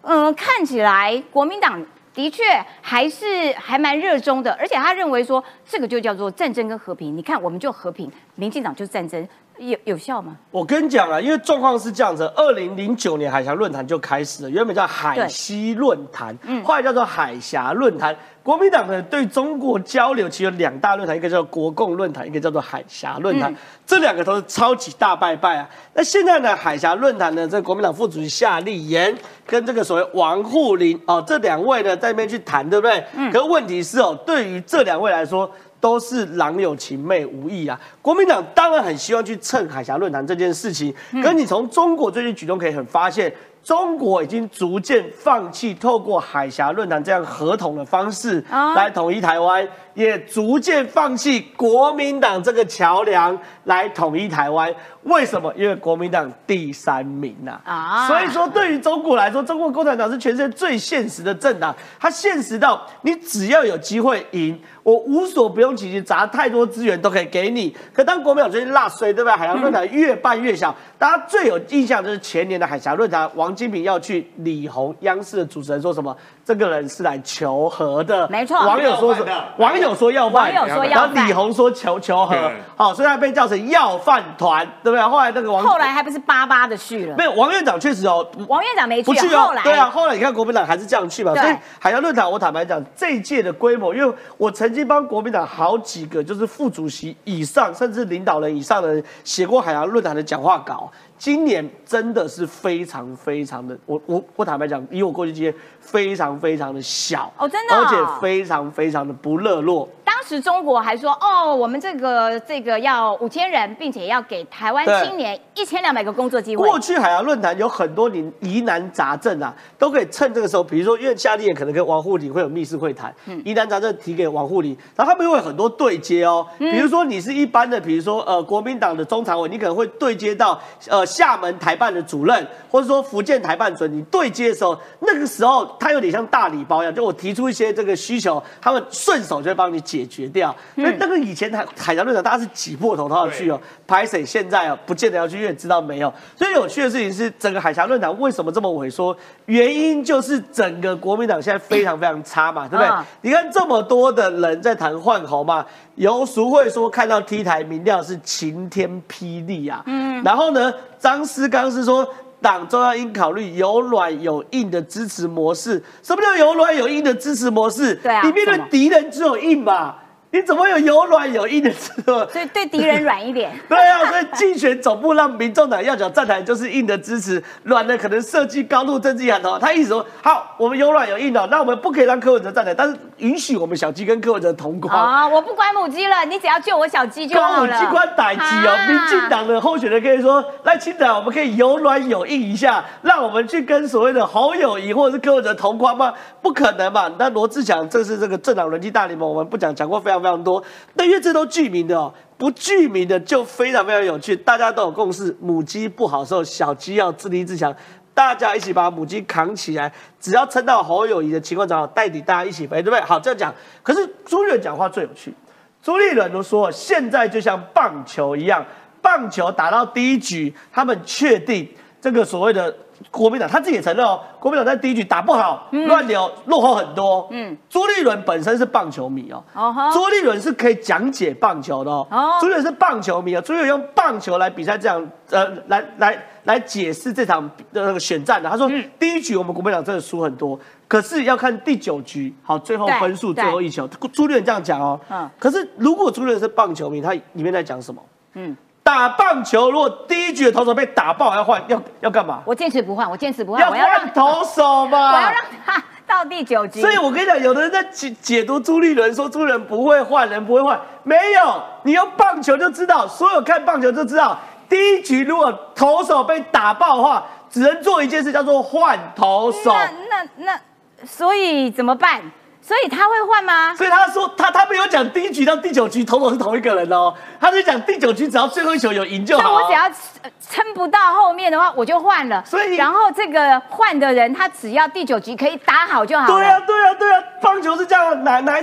嗯、呃，看起来国民党的确还是还蛮热衷的，而且他认为说这个就叫做战争跟和平。你看，我们就和平，民进党就战争，有有效吗？ 我跟你讲啊，因为状况是这样子，二零零九年海峡论坛就开始了，原本叫海西论坛，嗯，后来叫做海峡论坛。国民党呢对中国交流其实有两大论坛，一个叫国共论坛，一个叫做海峡论坛，嗯、这两个都是超级大拜拜啊。那现在呢，海峡论坛呢，这个国民党副主席夏立言跟这个所谓王沪宁哦，这两位呢在那边去谈，对不对？嗯。可是问题是哦，对于这两位来说，都是郎有情妹无意啊。国民党当然很希望去蹭海峡论坛这件事情，嗯、可是你从中国最近举动可以很发现。中国已经逐渐放弃透过海峡论坛这样合同的方式来统一台湾，也逐渐放弃国民党这个桥梁来统一台湾。为什么？因为国民党第三名呐、啊。啊，所以说对于中国来说，中国共产党是全世界最现实的政党，它现实到你只要有机会赢，我无所不用其极，砸太多资源都可以给你。可当国民党最近落水，对不对？海峡论坛越办越小，大家最有印象就是前年的海峡论坛，王金平要去李鸿，央视的主持人说什么？这个人是来求和的， 没错。 网友说什么？网友说要饭， 网友说要饭， 然后李鸿说求求和，好，所以他被叫成要饭团，对不对？后来那个王， 后来还不是巴巴的去了？ 没有，王院长确实哦， 王院长没去， 不去哦。 对啊，后来你看国民党还是这样去嘛。所以海峡论坛，我坦白讲，这一届的规模，因为我曾经帮国民党好几个就是副主席以上，甚至领导人以上的人写过海峡论坛的讲话稿。今年真的是非常非常的，我我我坦白讲，以我过去经验，非常非常的小哦，真的、哦， 而且非常非常的不热络。 当时中国还说，哦，我们这个这个要五千人，并且要给台湾青年一千两百个工作机会。 过去海峡论坛有很多你疑难杂症啊，都可以趁这个时候，比如说，因为夏立言可能跟王沪宁会有密室会谈，嗯、疑难杂症提给王沪宁，然后他们会有很多对接哦，嗯、比如说你是一般的，比如说呃国民党的中常委，你可能会对接到呃。厦门台办的主任，或者说福建台办主任，你对接的时候，那个时候他有点像大礼包一样，就我提出一些这个需求，他们顺手就会帮你解决掉。嗯、所以那个以前海海峡论坛大家是挤破头都要去哦，拍谁现在哦不见得要去，因为知道没有。所以有趣的事情是，整个海峡论坛为什么这么萎缩？原因就是整个国民党现在非常非常差嘛，对不对？啊、你看这么多的人在谈换候嘛。游淑慧说看到 T 台民调是晴天霹雳啊，嗯，然后呢，张思刚是说党中央应考虑有软有硬的支持模式。什么叫有软有硬的支持模式？ 对啊， 你面对敌人只有硬嘛。你怎么有有软有硬的时候？ 所以对敌人软一点。 对啊，所以竞选总部让民众党要讲站台就是硬的支持，软的可能设计高度政治喊头。他意思说，好，我们有软有硬的，那我们不可以让柯文哲站台，但是允许我们小鸡跟柯文哲同框。 啊，我不管母鸡了，你只要救我小鸡就好了。 公母鸡关逮鸡哦，民进党的候选人可以说，赖清德，我们可以有软有硬一下，让我们去跟所谓的侯友宜或者是柯文哲同框吗？不可能嘛。那罗志祥，这是这个政党人气大联盟，我们不讲，讲过非常非常多。因为这都具名的哦，不具名的就非常非常有趣，大家都有共识，母鸡不好受，小鸡要自立自强，大家一起把母鸡扛起来，只要撑到侯友宜的情况找好，带领大家一起飞，对不对？好，这样讲。可是朱立伦讲话最有趣，朱立伦都说现在就像棒球一样，棒球打到第一局，他们确定这个所谓的。国民党他自己也承认哦，国民党在第一局打不好，乱流落后很多。嗯，朱立伦本身是棒球迷哦，哦朱立伦是可以讲解棒球的哦。哦朱立伦是棒球迷啊，朱立伦用棒球来比赛这样，呃，来来来解释这场的那个选战的。他说，嗯、第一局我们国民党真的输很多，可是要看第九局，好，最后分数最后一球。朱立伦这样讲哦。嗯，可是如果朱立伦是棒球迷，他里面在讲什么？嗯。打棒球，如果第一局的投手被打爆，要换要要干嘛？ 我坚持不换，我坚持不换， 要换投手嘛。 我要让他到第九局。 所以我跟你讲，有的人在解解读朱立伦，说朱立伦不会换人，不会换，没有，你用棒球就知道，所有看棒球就知道，第一局如果投手被打爆的话，只能做一件事，叫做换投手。 那那那，所以怎么办？所以他会换吗？ 所以他说他他没有讲第一局到第九局投手是同一个人哦，他是讲第九局只要最后一球有赢就好。 所以我只要撑不到后面的话，我就换了。所以然后这个换的人他只要第九局可以打好就好了。 对啊对啊对啊，棒球是这样，哪哪一次？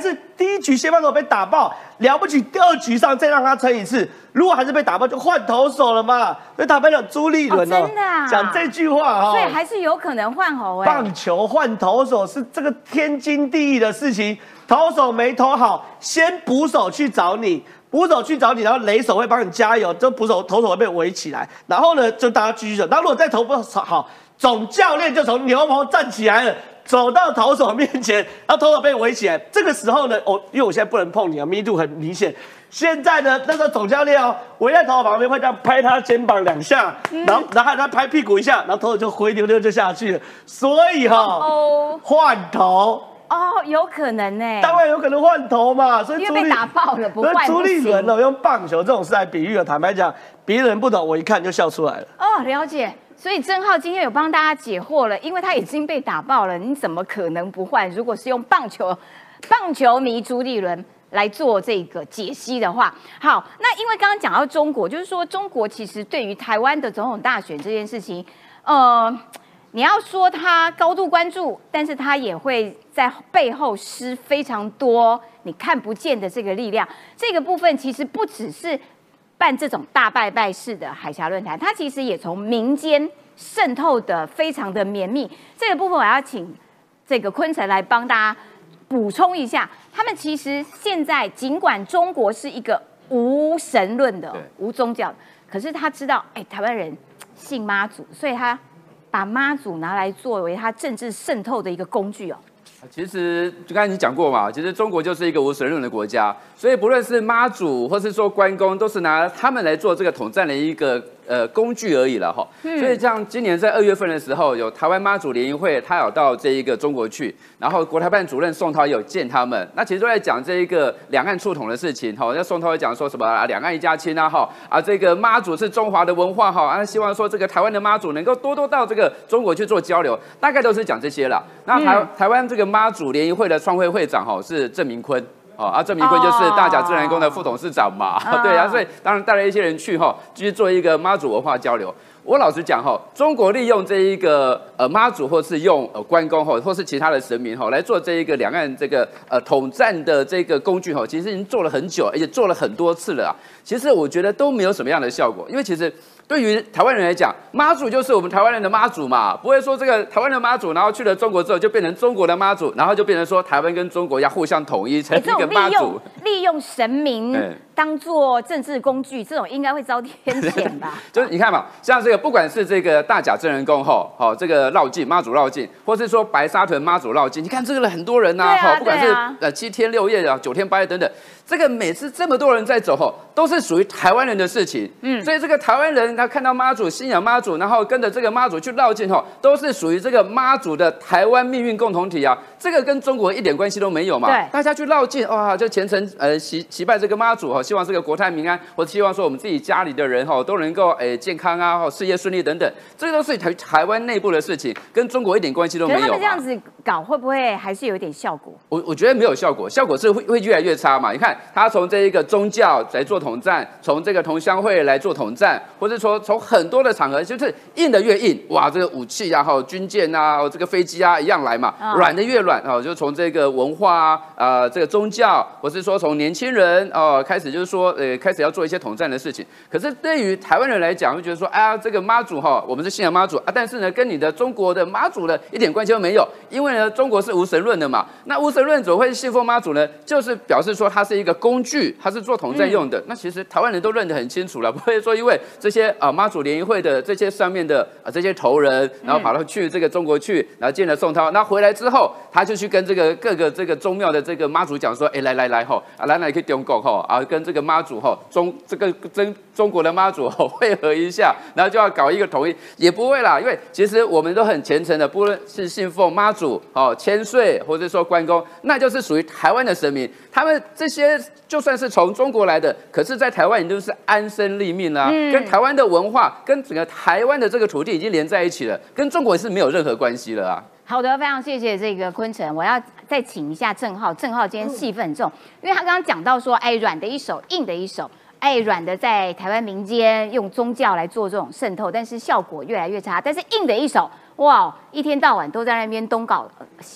第一局先发投手被打爆，了不起，第二局上再让他撑一次，如果还是被打爆，就换投手了嘛。所以打败了朱立伦哦， 真的啊， 讲这句话哈、哦， 所以还是有可能换猴哎。 棒球换投手是这个天经地义的事情，投手没投好，先捕手去找你。捕手去找你，然后垒手会帮你加油，这捕手投手会被围起来，然后呢就大家继续走。那如果再投不好，总教练就从牛棚站起来了，走到投手面前，然后投手被围起来。这个时候呢，哦，因为我现在不能碰你啊，密度很明显。现在呢，那个总教练哦，围在投手旁边会这样拍他肩膀两下，嗯、然后然后他拍屁股一下，然后投手就灰溜溜就下去了。所以哈、哦，换、哦、头。 哦，有可能呢， 当然有可能换头嘛，所以因为被打爆了，不换不行。 朱立伦哦，用棒球这种事来比喻了，坦白讲，别人不懂，我一看就笑出来了。 哦，了解。所以郑浩今天有帮大家解惑了，因为他已经被打爆了，你怎么可能不换？如果是用棒球棒球迷朱立伦来做这个解析的话，好，那因为刚刚讲到中国，就是说中国其实对于台湾的总统大选这件事情，呃。你要说他高度关注，但是他也会在背后施非常多你看不见的这个力量。这个部分其实不只是办这种大拜拜式的海峡论坛，它其实也从民间渗透的非常的绵密。这个部分我要请这个坤城来帮大家补充一下。他们其实现在尽管中国是一个无神论的、无宗教，可是他知道，哎，台湾人信妈祖，所以他把妈祖拿来作为他政治渗透的一个工具哦。 其实就刚才你讲过嘛，其实中国就是一个无神论的国家，所以不论是妈祖或是说关公，都是拿他们来做这个统战的一个呃工具而已了哈。嗯、所以像今年在二月份的时候，有台湾妈祖联谊会，他有到这一个中国去，然后国台办主任宋涛也有见他们，那其实都在讲这一个两岸促统的事情哈。那宋涛也讲说什么啊，两岸一家亲啊哈啊，这个妈祖是中华的文化哈啊，希望说这个台湾的妈祖能够多多到这个中国去做交流，大概都是讲这些了。那台、嗯、台湾这个妈祖联谊会的创会会长哈是郑明坤。哦啊，郑明坤就是大甲自然宫的副董事长嘛，哦、对啊，所以当然带了一些人去哈，继续做一个妈祖文化交流。我老实讲哈，中国利用这一个呃妈祖，或是用呃关公哈，或是其他的神明哈，来做这一个两岸这个呃统战的这个工具哈，其实已经做了很久，而且做了很多次了啊。其实我觉得都没有什么样的效果，因为其实对于台湾人来讲，妈祖就是我们台湾人的妈祖嘛，不会说这个台湾的妈祖，然后去了中国之后就变成中国的妈祖，然后就变成说台湾跟中国要互相统一成一个妈祖。 利用神明当做政治工具，这种应该会遭天谴吧？ 就是你看嘛，像这个不管是这个大甲真人宫吼，好这个绕境妈祖绕境，或是说白沙屯妈祖绕境，你看这个很多人呐、啊，好、啊、不管是、啊、呃七天六夜啊、九天八夜等等，这个每次这么多人在走吼，都是属于台湾人的事情。嗯，所以这个台湾人他看到妈祖、信仰妈祖，然后跟着这个妈祖去绕境吼，都是属于这个妈祖的台湾命运共同体啊。这个跟中国一点关系都没有嘛。对，大家去绕境哇，就虔诚呃祈祈拜这个妈祖哈，希望这个国泰民安，或希望说我们自己家里的人哈都能够诶健康啊，或事业顺利等等，这个都是台台湾内部的事情，跟中国一点关系都没有。 可是他们这样子搞，会不会还是有点效果？ 我我觉得没有效果，效果是会会越来越差嘛。你看他从这一个宗教来做统战，从这个同乡会来做统战，或者说从很多的场合，就是硬的越硬，哇，这个武器啊，哈，军舰啊，这个飞机啊一样来嘛，软的越软啊，就从这个文化啊，呃，这个宗教，或是说从年轻人哦、呃、开始，就是说呃开始要做一些统战的事情。可是对于台湾人来讲，会觉得说，哎呀，这个妈祖哈，我们是信仰妈祖啊，但是呢，跟你的中国的妈祖呢一点关系都没有，因为呢，中国是无神论的嘛。那无神论怎么会信奉妈祖呢？就是表示说它是一个工具，它是做统战用的。嗯、那其实台湾人都认得很清楚了，不会说因为这些啊、呃、妈祖联谊会的这些上面的啊、呃、这些头人，然后跑到去这个中国去，然后见了宋涛，那回来之后，他就去跟这个各个这个宗庙的这个妈祖讲说，哎，来来来吼，啊，来来去中国吼，啊，跟这个妈祖吼中这个真中国的妈祖吼汇合一下，然后就要搞一个统一，也不会啦，因为其实我们都很虔诚的，不论是信奉妈祖哦、千岁，或者说关公，那就是属于台湾的神明。他们这些就算是从中国来的，可是在台湾已经是安身立命啦、啊嗯，跟台湾的文化，跟整个台湾的这个土地已经连在一起了，跟中国是没有任何关系了啊。 好的，非常谢谢这个坤城，我要再请一下郑浩，郑浩今天戏份很重，因为他刚刚讲到说，哎，软的一手，硬的一手。哎，软的在台湾民间用宗教来做这种渗透，但是效果越来越差。但是硬的一手，哇，一天到晚都在那边东搞西搞。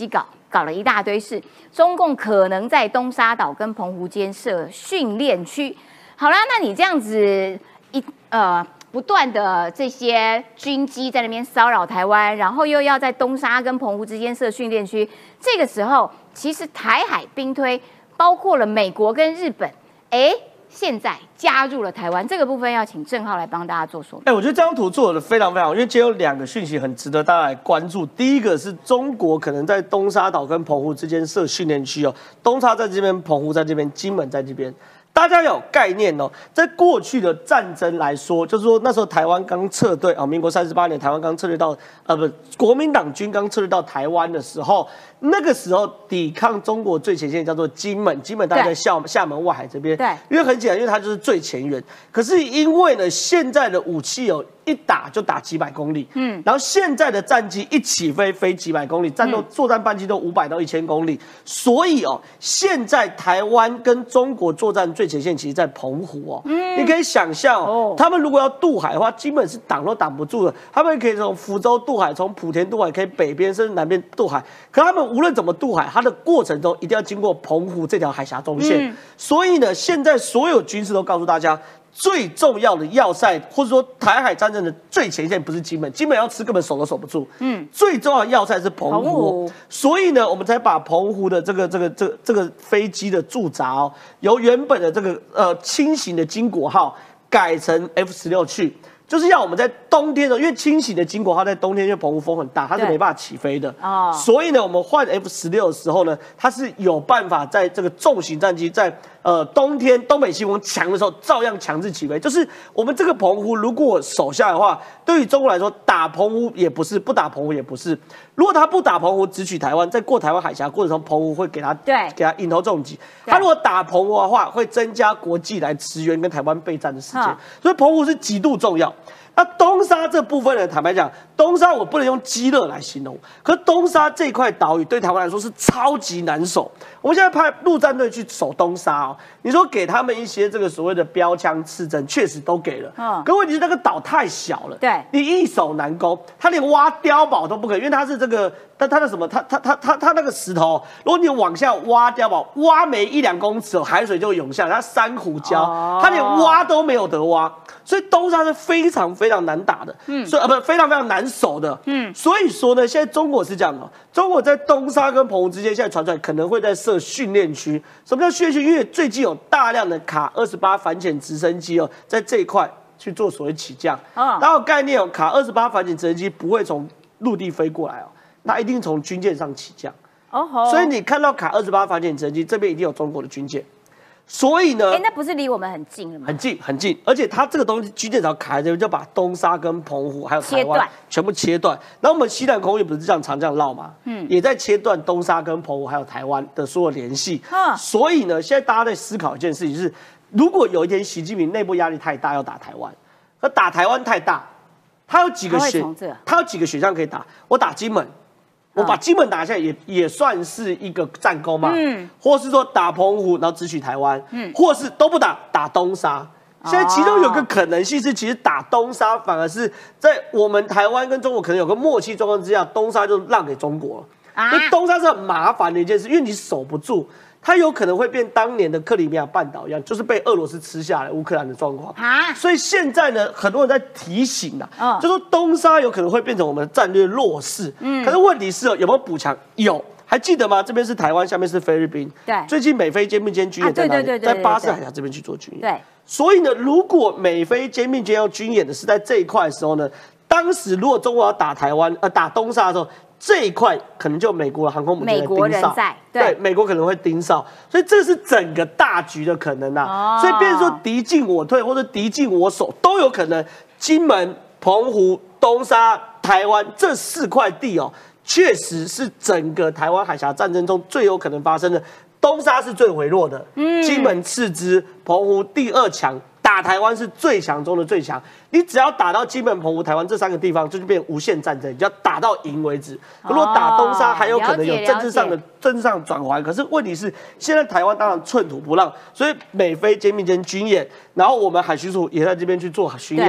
搞了一大堆事，中共可能在东沙岛跟澎湖间设训练区。好啦，那你这样子一呃不断的这些军机在那边骚扰台湾，然后又要在东沙跟澎湖之间设训练区，这个时候其实台海兵推包括了美国跟日本，哎。现在加入了台湾这个部分，要请郑浩来帮大家做说明。 哎、欸，我觉得这张图做的非常非常好，因为今天有两个讯息很值得大家来关注。第一个是中国可能在东沙岛跟澎湖之间设训练区哦，东沙在这边，澎湖在这边，金门在这边。大家有概念哦，在过去的战争来说，就是说那时候台湾刚撤退啊，民国三十八年台湾刚撤退到呃不，国民党军刚撤退到台湾的时候，那个时候抵抗中国最前线叫做金门，金门大概在厦厦门外海这边，对，因为很简单，因为它就是最前沿。可是因为呢，现在的武器有一打就打几百公里，嗯，然后现在的战机一起飞飞几百公里，战斗作战半径都五百到一千公里，所以哦，现在台湾跟中国作战最前线其实在澎湖哦，嗯，你可以想象哦，他们如果要渡海的话，基本是挡都挡不住的。他们可以从福州渡海，从莆田渡海，可以北边甚至南边渡海。可他们无论怎么渡海，它的过程中一定要经过澎湖这条海峡中线。嗯、所以呢，现在所有军事都告诉大家。最重要的要塞，或者说台海战争的最前线不是金门，金门要吃根本守都守不住。嗯，最重要的要塞是澎湖，澎湖所以呢，我们才把澎湖的这个这个这个这个飞机的驻扎哦，由原本的这个呃轻型的金国号改成 F 十六去。就是要我们在冬天的，因为轻型的金国号在冬天，因为澎湖风很大，它是没办法起飞的。哦，所以呢，我们换 F 十六的时候呢，它是有办法在这个重型战机在呃冬天东北季风强的时候，照样强制起飞。就是我们这个澎湖如果守下的话，对于中国来说，打澎湖也不是，不打澎湖也不是。如果他不打澎湖，只取台湾，在过台湾海峡过程中，澎湖会给他对给他引头重击。他如果打澎湖的话，会增加国际来驰援跟台湾备战的时间，所以澎湖是极度重要。那东沙这部分呢，坦白讲，东沙我不能用激热来形容，可是东沙这块岛屿对台湾来说是超级难守。我们现在派陆战队去守东沙哦，你说给他们一些这个所谓的标枪刺针，确实都给了，嗯，可问题是那个岛太小了，对，你易守难攻，他连挖碉堡都不可以，因为它是这个，但它的什么，它它它它它那个石头，如果你往下挖碉堡，挖没一两公尺，海水就涌下来，它珊瑚礁，哦、它连挖都没有得挖。所以东沙是非常非常难打的，嗯，所以呃不非常非常难守的，嗯，所以说呢，现在中国是这样的，中国在东沙跟澎湖之间现在传出来可能会在设训练区。什么叫训练区？因为最近有大量的卡二十八反潜直升机哦，在这一块去做所谓起降，哦，然后概念哦，卡二十八反潜直升机不会从陆地飞过来哦，它一定从军舰上起降，哦，所以你看到卡二十八反潜直升机这边一定有中国的军舰。所以呢， 哎，那不是离我们很近了吗？ 很近很近，而且它这个东西军舰只要卡在这边，就把东沙跟澎湖还有台湾全部切断。然后我们西南空域不是这样常这样绕吗？嗯，也在切断东沙跟澎湖还有台湾的所有联系。嗯，所以呢，现在大家在思考一件事情是，如果有一天习近平内部压力太大要打台湾，而打台湾太大，他有几个选，他有几个选项可以打。我打金门。我把金门打下来也也算是一个战功嘛，嗯，或是说打澎湖，然后只取台湾，嗯，或是都不打，打东沙。现在其中有个可能性是，其实打东沙反而是在我们台湾跟中国可能有个默契状况之下，东沙就让给中国了。啊，所以东沙是很麻烦的一件事，因为你守不住。它有可能会变当年的克里米亚半岛一样，就是被俄罗斯吃下来乌克兰的状况啊。所以现在呢，很多人在提醒啊，哦、就说东沙有可能会变成我们的战略弱势。嗯，可是问题是哦，有没有补强？有，还记得吗？这边是台湾，下面是菲律宾。对，最近美菲肩并肩军演在哪里？在巴士海峡这边去做军演。对，所以呢，如果美菲肩并肩要军演的是在这一块的时候呢，当时如果中国要打台湾，呃，打东沙的时候。这一块可能就美国的航空母舰在盯梢，对，对，美国可能会盯梢，所以这是整个大局的可能啊。哦、所以，变成说敌进我退或者敌进我守都有可能。金门、澎湖、东沙、台湾这四块地哦，确实是整个台湾海峡战争中最有可能发生的。东沙是最微弱的，嗯，金门次之，澎湖第二强。打台湾是最强中的最强，你只要打到金门、澎湖、台湾这三个地方，就变无限战争，你就要打到赢为止。如果打东沙，还有可能有政治上的政治上的转圜。可是问题是，现在台湾当然寸土不让，所以美菲肩并肩军演，然后我们海巡署也在这边去做巡洋，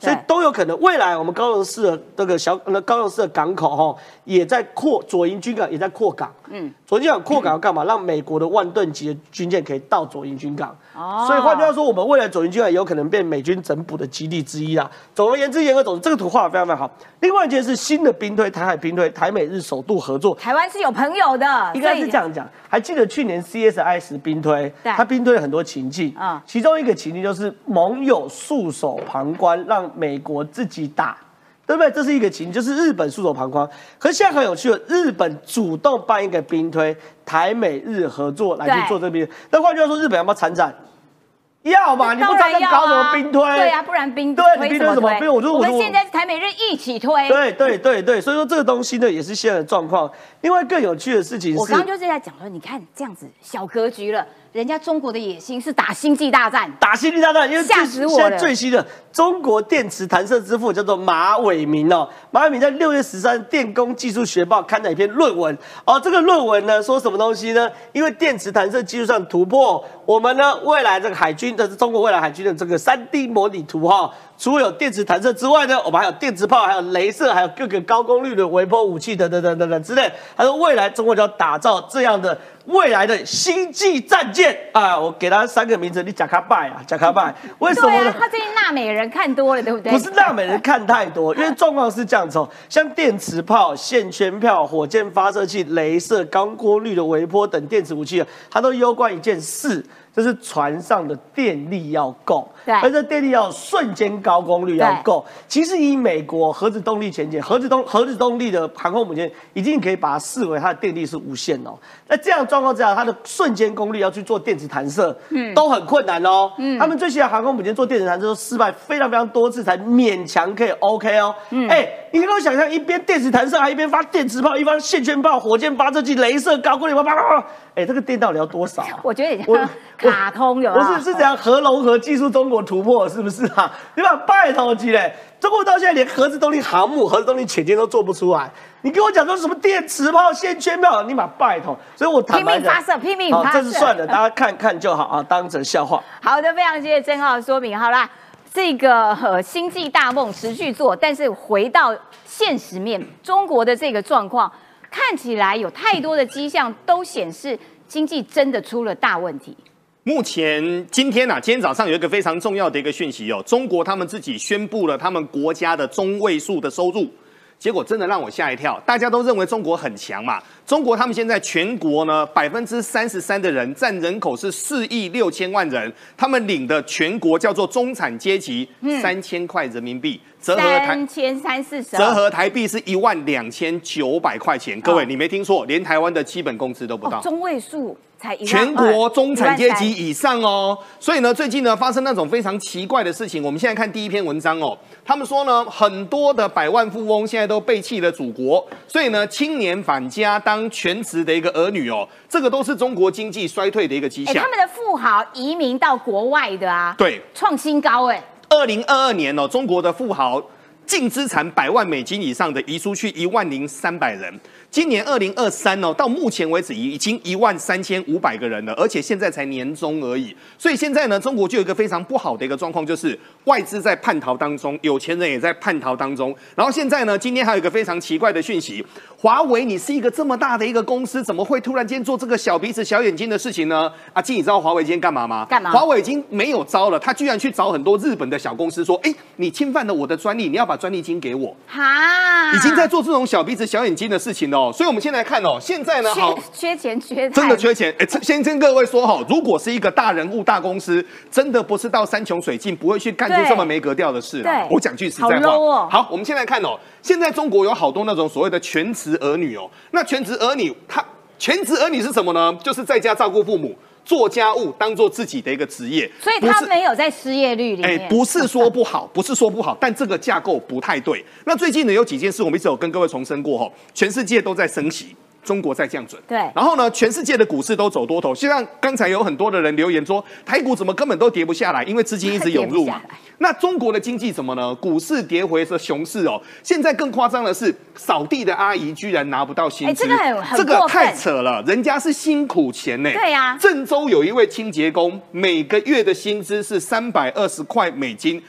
所以都有可能。未来我们高雄市的这个小那高雄市的港口哈，也在扩左营军港也在扩港。嗯，左营军港扩港要干嘛？让美国的万吨级的军舰可以到左营军港。哦，所以换句话说，我们未来左营军港也有可能变美军整补的基地之一啦。总而言之，言而总之，这个图画得非常非常好。另外一件是新的兵推，台海兵推，台美日首度合作。 台湾是有朋友的， 应该是这样讲。还记得去年 C S I S 兵推，他兵推了很多情境，嗯，其中一个情境就是盟友束手旁观，让美国自己打，对不对？这是一个情境，就是日本束手旁观。可是现在很有趣的，日本主动办一个兵推，台美日合作来去做这边。那换句话说，日本要不要参战？要嘛，你不参战搞什么兵推？ 对啊，不然兵对你兵推什么？因为我说我们现在台美日一起推。 对对对对，所以说这个东西呢，也是现在的状况。另外更有趣的事情是， 我刚刚就是在讲说，你看这样子小格局了。人家中国的野心是打星际大战， 打星际大战，因为吓死我了。 现在最新的中国电池弹射之父叫做马伟明哦，马伟明在六月十三《电工技术学报》刊载一篇论文哦，这个论文呢说什么东西呢？因为电池弹射技术上突破，我们呢未来这个海军的中国未来海军的这个三 D 模拟图哈、哦，除了有电池弹射之外呢，我们还有电磁炮，还有雷射，还有各个高功率的微波武器等等等等等之类。他说未来中国就要打造这样的。未来的星际战舰啊，我给他三个名字，你贾卡拜啊，贾卡拜，为什么呢？ 对啊，他最近纳美人看多了，对不对？ 不是纳美人看太多，因为状况是这样子哦，像电磁炮、线圈炮、火箭发射器、雷射、高功率的微波等电子武器，它都攸关一件事。就是船上的电力要够， 对， 而这电力要瞬间高功率要够。其实以美国核子动力潜艇、核子动核子动力的航空母舰，已经可以把它视为它的电力是无限哦。那这样状况之下，它的瞬间功率要去做电子弹射，嗯，都很困难哦。嗯，他们最新的航空母舰做电子弹射都失败非常非常多次，才勉强可以 OK 哦。嗯，哎、欸，你能够想象一边电子弹射，还一边发电磁炮，一边线圈炮、火箭发射器、雷射、高功率啪啪啪，哎、欸，这个电到底要多少、啊？ 我觉得已经。卡通有不是是怎样核融合技术中国突破是不是啊？对吧？拜托机嘞，中国到现在连核子动力航母、核子动力潜舰都做不出来，你跟我讲说什么电磁炮、线圈炮，你把拜托，所以我坦白拼命发射，拼命发射， 这是算了，大家看看就好啊，当成笑话。 好的，非常谢谢正皓的说明。好啦，这个呃星际大梦持续做，但是回到现实面，中国的这个状况看起来有太多的迹象都显示经济真的出了大问题。 目前今天啊，今天早上有一个非常重要的一个讯息哦，中国他们自己宣布了他们国家的中位数的收入，结果真的让我吓一跳。大家都认为中国很强嘛，中国他们现在全国呢百分之三十三的人占人口是四亿六千万人，他们领的全国叫做中产阶级三千块人民币。折合台三千三四十， 折合台币是一万两千九百块钱。各位，你没听错，连台湾的基本工资都不到， 哦、中位数才一万全国中产阶级以上哦。所以呢，最近呢发生那种非常奇怪的事情。我们现在看第一篇文章哦，他们说呢，很多的百万富翁现在都背弃了祖国，所以呢，青年返家当全职的一个儿女哦，这个都是中国经济衰退的一个迹象。 他们的富豪移民到国外的啊， 对， 创新高哎。 二零二二年哦，中国的富豪净资产百万美金以上的移出去一万零三百人。今年二零二三哦，到目前为止已经一万三千五百个人了，而且现在才年中而已。所以现在呢，中国就有一个非常不好的一个状况，就是外资在叛逃当中，有钱人也在叛逃当中。然后现在呢，今天还有一个非常奇怪的讯息：华为，你是一个这么大的一个公司，怎么会突然间做这个小鼻子小眼睛的事情呢？阿基，你知道华为今天干嘛吗？ 干嘛？ 华为已经没有招了，他居然去找很多日本的小公司说：“哎，你侵犯了我的专利，你要把专利金给我。” 哈， 已经在做这种小鼻子小眼睛的事情了。所以，我们先来看哦，现在呢，好缺钱缺真的缺钱。哎，先跟各位说哈，如果是一个大人物、大公司，真的不是到山穷水尽，不会去干出这么没格调的事啊。我讲句实在话， 好 low 哦。 好，我们先来看哦，现在中国有好多那种所谓的全职儿女哦。那全职儿女，他全职儿女是什么呢？就是在家照顾父母。做家务当做自己的一个职业， 所以他没有在失业率里面。 哎，不是说不好，不是说不好，但这个架构不太对。那最近呢，有几件事我们一直有跟各位重申过哈，全世界都在升息。中国在降准， 对， 然后呢，全世界的股市都走多头。就像刚才有很多的人留言说，台股怎么根本都跌不下来，因为资金一直涌入嘛。那中国的经济怎么呢？股市跌回是熊市哦。现在更夸张的是，扫地的阿姨居然拿不到薪资， 这个很很这个太扯了，人家是辛苦钱呢。 对呀、啊， 郑州有一位清洁工，每个月的薪资是三百二十块美金。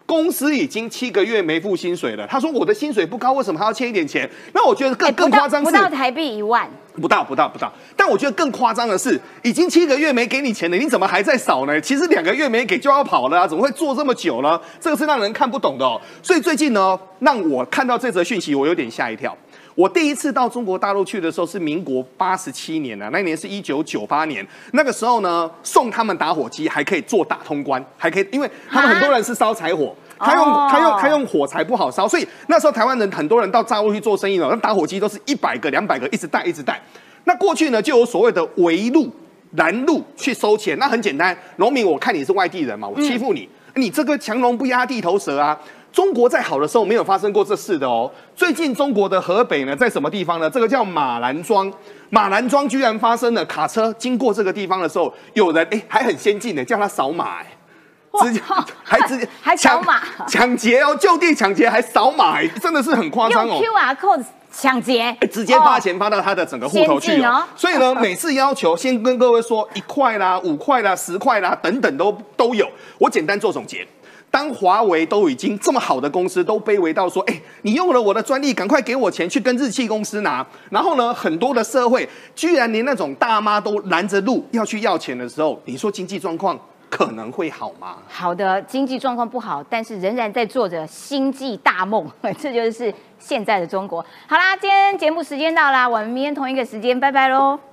公司已经七个月没付薪水了。他说我的薪水不高，为什么还要欠一点钱？那我觉得更、欸、更夸张是不到台币一万， 不到不到不到。但我觉得更夸张的是，已经七个月没给你钱了，你怎么还在少呢？其实两个月没给就要跑了啊，怎么会做这么久呢？这个是让人看不懂的哦。所以最近呢，让我看到这则讯息，我有点吓一跳。我第一次到中国大陆去的时候是民国八十七年啊，那年是一九九八年。那个时候呢，送他们打火机还可以做打通关，还可以，因为他们很多人是烧柴火，他用他用他用火柴不好烧，所以那时候台湾人很多人到大陆去做生意了，那打火机都是一百个、两百个，一直带一直带。那过去呢，就有所谓的围路、拦路去收钱，那很简单，农民我看你是外地人嘛，我欺负你，嗯、你这个强龙不压地头蛇啊。中国在好的时候没有发生过这事的哦。最近中国的河北呢，在什么地方呢？这个叫马兰庄，马兰庄居然发生了卡车经过这个地方的时候，有人哎还很先进的叫他扫码哎，直接还直接还扫码抢劫哦，就地抢劫还扫码哎，真的是很夸张哦。 用 Q R code 抢劫， 直接发钱发到他的整个户头去哦。所以呢，每次要求先跟各位说一块啦、五块啦、十块啦等等都都有。我简单做总结。当华为都已经这么好的公司都卑微到说，哎、欸，你用了我的专利，赶快给我钱去跟日企公司拿。然后呢，很多的社会居然连那种大妈都拦着路要去要钱的时候，你说经济状况可能会好吗？ 好的，经济状况不好，但是仍然在做着星际大梦，这就是现在的中国。好啦，今天节目时间到啦，我们明天同一个时间，拜拜喽。